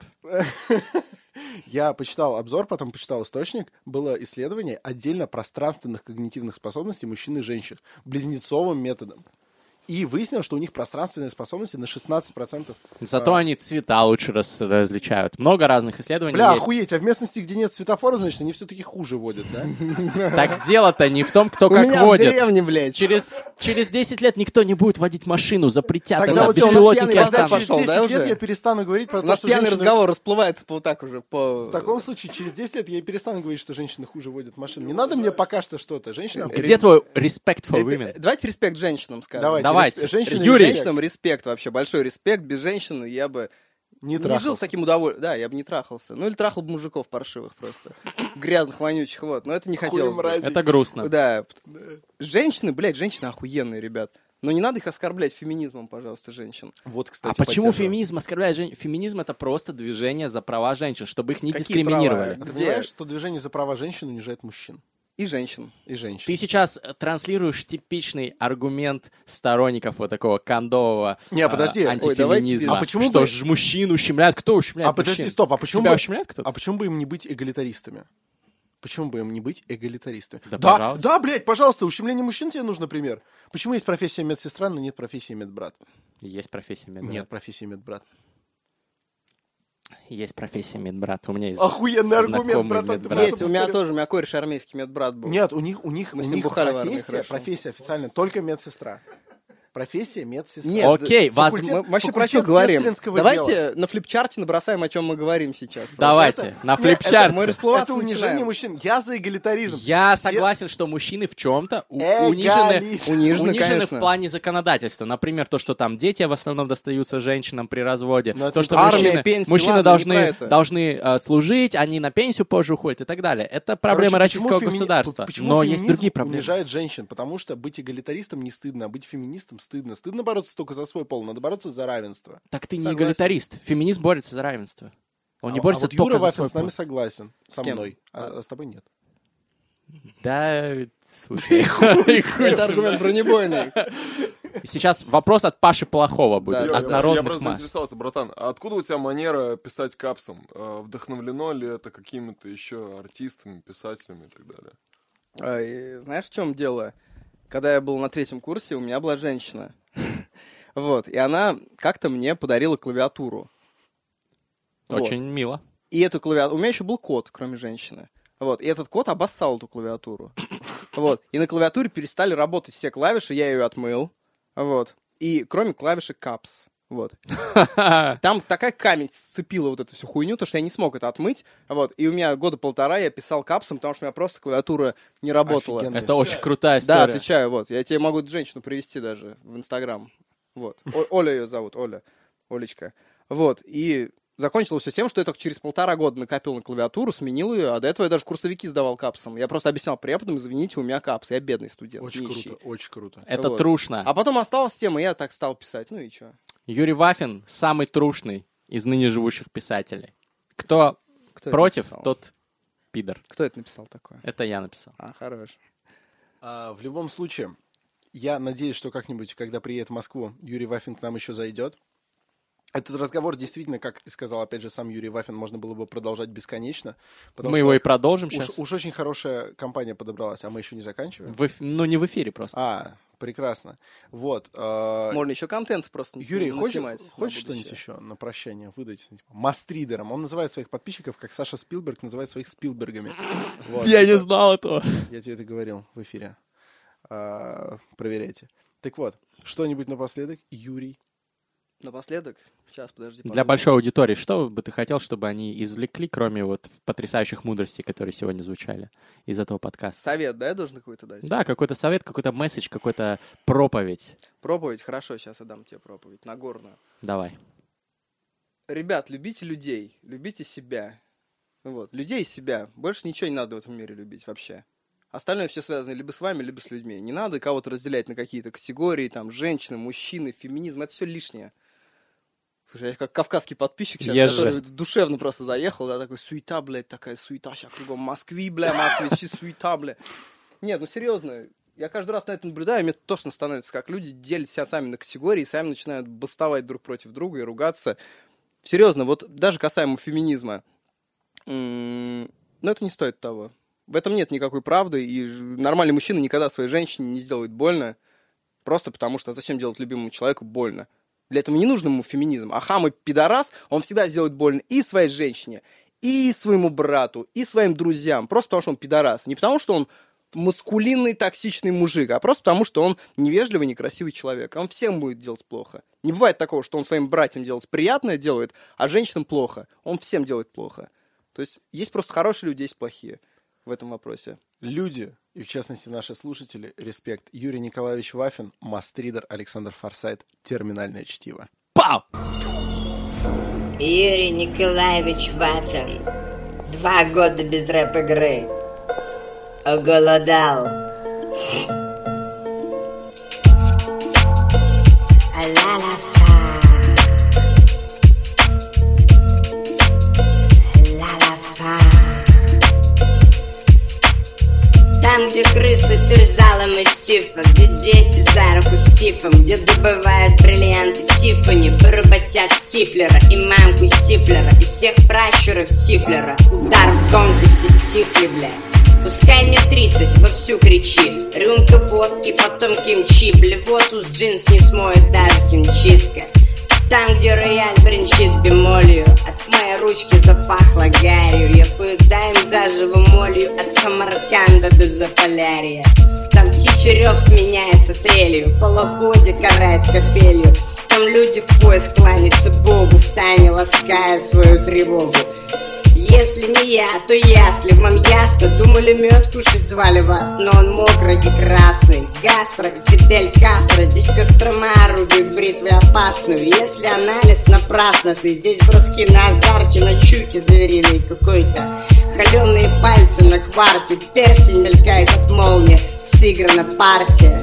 Я почитал обзор, потом почитал источник. Было исследование отдельно пространственных когнитивных способностей мужчин и женщин близнецовым методом. И выяснилось, что у них пространственные способности на 16%. Зато они цвета лучше различают. Много разных исследований Бля, есть. охуеть, а в местности, где нет светофора, значит, они все-таки хуже водят, да? Так дело-то не в том, кто У меня как в водит. деревне, блядь. Через 10 лет никто не будет водить машину, запретят. Тогда Это вот у нас беспилотники пьяный останутся. базар пошел, через 10 да, лет уже? я перестану говорить про У то, нас что пьяный женщины... разговор расплывается вот так уже по... В таком случае, через 10 лет я и перестану говорить, что женщины хуже водят машины. Не надо мне пока что что-то. Женщина... Где твой respect for women? Давайте респект женщинам скажем. Давайте. Женщины... Юрий. Женщинам респект вообще, большой респект. Без женщины я бы Не не жил трахался. с таким удовольствием. Да, я бы не трахался. Ну или трахал бы мужиков паршивых просто. Грязных, вонючих, вот. Но это не хотелось бы. мрази. Это грустно. Да. Женщины, блядь, женщины охуенные, ребят. Но не надо их оскорблять феминизмом, пожалуйста, женщин. Вот, кстати, А почему поддерживаю. феминизм оскорбляет женщин? Феминизм — это просто движение за права женщин, чтобы их не Какие дискриминировали. права? Ты Где? понимаешь, что движение за права женщин унижает мужчин И женщин. и женщин? Ты сейчас транслируешь типичный аргумент сторонников вот такого кондового Не, подожди. Ой, антифеминизма. давайте без- А почему что бы- ж мужчин ущемляют? Кто ущемляет А подожди, мужчин? стоп, а почему Тебя бы... ущемляет кто-то? А почему бы им не быть эгалитаристами? Почему бы им не быть эгалитаристами? Да, пожалуйста. Да, блядь, пожалуйста, ущемление мужчин тебе нужно пример. Почему есть профессия медсестра, но нет профессии медбрат? Есть профессия медбрат. Нет профессии медбрат. Есть профессия медбрат. У меня есть Охуенный аргумент, знакомый братан. медбрат. Есть, у меня тоже, у меня кореш армейский медбрат был. Нет, у них Мы с ним бухали в армии, хорошо. профессия официально только медсестра. Профессия медсестра. Нет, Окей, мы вообще про что говорим? Давайте на флипчарте набросаем, о чем мы говорим сейчас. Давайте, на флипчарте. Мы расплываться Это унижение начинаем. мужчин. Я за эгалитаризм. Я Все- согласен, что мужчины в чем-то Эгалит. Унижены, в конечно. плане законодательства. Например, то, что там дети в основном достаются женщинам при разводе. Но это То, что армия, пенсия, мужчины ладно, не про это. должны служить, они на пенсию позже уходят и так далее. Это проблема Короче, почему российского государства. почему Но есть феминизм другие проблемы. унижает женщин? Потому что быть эгалитаристом не стыдно, а быть феминистом стыдно. Стыдно бороться только за свой пол, надо бороться за равенство. Так ты не Согласен. эгалитарист. Феминист борется за равенство. Он не А борется вот только Юра за Вафин свой с нами пол. согласен. Со кем? мной. А с тобой нет. Да, слушай. Это аргумент бронебойный. Сейчас вопрос от Паши Плохого будет, Да, от Я народных просто масс. заинтересовался, братан, а откуда у тебя манера писать капсом? Вдохновлено ли это какими-то еще артистами, писателями и так далее? Знаешь, в чем дело? Когда я был на 3-м курсе, у меня была женщина. Вот, и она как-то мне подарила клавиатуру. Вот. Очень мило. И эту клавиатуру... У меня еще был кот, кроме женщины. Вот, и этот кот обоссал эту клавиатуру. Вот, и на клавиатуре перестали работать все клавиши, я ее отмыл. Вот, и кроме клавиши Caps. Вот. Там такая камень сцепила вот эту всю хуйню, то, что я не смог это отмыть. Вот, и у меня 1.5 года я писал капсом, потому что у меня просто клавиатура не работала. Офигенно. Это очень крутая Да, история. отвечаю, вот. Я тебе могу женщину привести даже в Инстаграм. Вот. Оля ее зовут, Оля. Олечка. Вот. И закончилось все тем, что я только через 1,5 года накопил на клавиатуру, сменил ее, а до этого я даже курсовики сдавал капсом. Я просто объяснял преподам, извините, у меня капс, я бедный студент, Очень нищий. круто, очень круто. Это Вот. трушно. А потом осталась тема, и я так стал писать. Ну и что? Юрий Вафин самый трушный из ныне живущих писателей. Кто Кто это против, написал? тот пидор. Кто это написал такое? Это я написал. А, хорош. В любом случае, я надеюсь, что как-нибудь, когда приедет в Москву, Юрий Вафин к нам еще зайдет. Этот разговор действительно, как сказал опять же сам Юрий Вафин, можно было бы продолжать бесконечно. Потому Мы что его и продолжим сейчас. уж очень хорошая компания подобралась, а мы еще не заканчиваем. Ну, не в эфире просто. Прекрасно. Вот. Можно еще контент просто Юрий, наснимать на хочешь что-нибудь будущее. еще на прощание выдать? Типа, мастридером. Он называет своих подписчиков, как Саша Спилберг называет своих Спилбергами. Вот. Я не знал этого. Я тебе это говорил в эфире. Проверяйте. Так вот, что-нибудь напоследок, Юрий? Напоследок, сейчас, подожди. Для подумаю. большой аудитории, что бы ты хотел, чтобы они извлекли, кроме вот потрясающих мудростей, которые сегодня звучали из этого подкаста? Совет, да, я должен какой-то дать? Да, какой-то совет, какой-то месседж, какой-то проповедь. Проповедь, хорошо, сейчас я дам тебе проповедь, Нагорную. Давай. Ребят, любите людей, любите себя. Вот, людей и себя. Больше ничего не надо в этом мире любить вообще. Остальное все связано либо с вами, либо с людьми. Не надо кого-то разделять на какие-то категории, там, женщины, мужчины, феминизм. Это все лишнее. Слушай, я как кавказский подписчик сейчас, Ешь который душевно просто заехал, да, такой суета, блядь, такая суета сейчас кругом Москвы, бля, москвичи, суета, бля. Нет, ну серьезно, я каждый раз на это наблюдаю, и мне тошно становится, как люди делят себя сами на категории, сами начинают бастовать друг против друга и ругаться. Серьезно, вот даже касаемо феминизма, но это не стоит того. В этом нет никакой правды, и нормальный мужчина никогда своей женщине не сделает больно, просто потому что зачем делать любимому человеку больно? Для этого не нужен ему феминизм. А хам и пидорас, он всегда сделает больно и своей женщине, и своему брату, и своим друзьям. Просто потому, что он пидорас. Не потому, что он маскулинный, токсичный мужик, а просто потому, что он невежливый, некрасивый человек. Он всем будет делать плохо. Не бывает такого, что он своим братьям делает приятное делает, а женщинам плохо. Он всем делает плохо. То есть просто хорошие люди, есть плохие в этом вопросе. Люди, и в частности наши слушатели, респект. Юрий Николаевич Вафин, мастридер Александр Форсайт, терминальное чтиво. Пау! Юрий Николаевич Вафин. 2 года без рэп-игры. Оголодал. Ла-ла-фа. Ла-ла-фа. Там, где крысы терзала мастифа, где дети за руку с Тифом, где добывают бриллианты Тиффани, поработят Стифлера и мамку Стифлера, и всех пращуров Стифлера. Удар в конкурсе стихли, бля. Пускай мне 30, вовсю кричи. Рюмка водки, потом кимчи. Блевоту с джинс не смоет даже химчистка. Там, где рояль бренчит бемолью, от моей ручки запахло гарью. Я поедаем заживо молью от Самарканда до Заполярья. Там птичий рев сменяется трелью, полоходе карает капелью. Там люди в пояс кланяются Богу, втайне лаская свою тревогу. Если не я, то ясли, вам ясно. Думали, мед кушать звали вас, но он мокрый и красный. Гастро, Фидель Кастро, здесь Кострома рубит бритвой опасную. Если анализ напрасно, ты здесь броски на азарте, на чуйке звериной какой-то. Холеные пальцы на кварте, перстень мелькает от молнии, сыграна партия.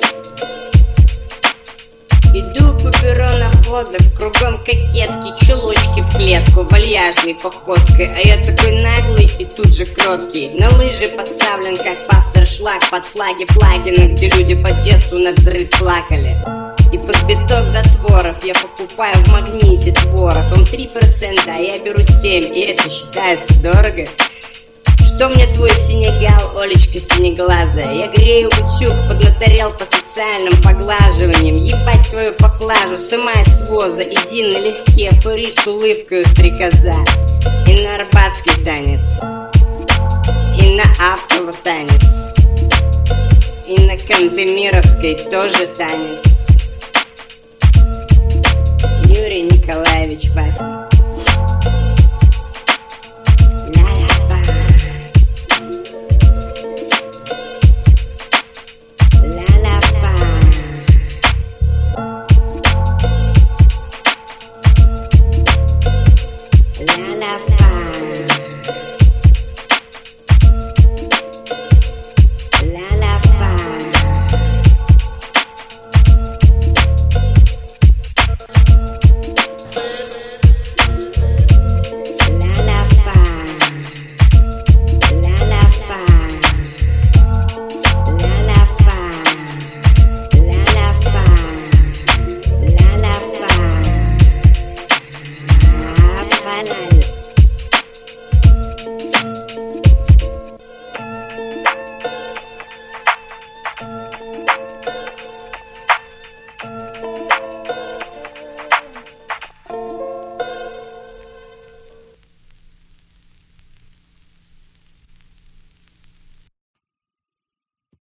Иду по бюро находок, кругом кокетки, чулочки в клетку, вальяжной походкой. А я такой наглый и тут же кроткий. На лыжи поставлен, как пастор шлак, под флаги плагины, где люди по детству на взрыв плакали. И под биток затворов я покупаю в Магните творог. Он 3%, а я беру 7, и это считается дорого. Что мне твой Сенегал, Олечка синеглазая? Я грею утюг, поднаторел по социальным поглаживаниям. Ебать твою поклажу, сымай с воза. Иди налегке, пыри с улыбкой стрекоза. И на арбатский танец, и на автово танец, и на Кантемировской тоже танец. Юрий Николаевич Пафин. Twilight.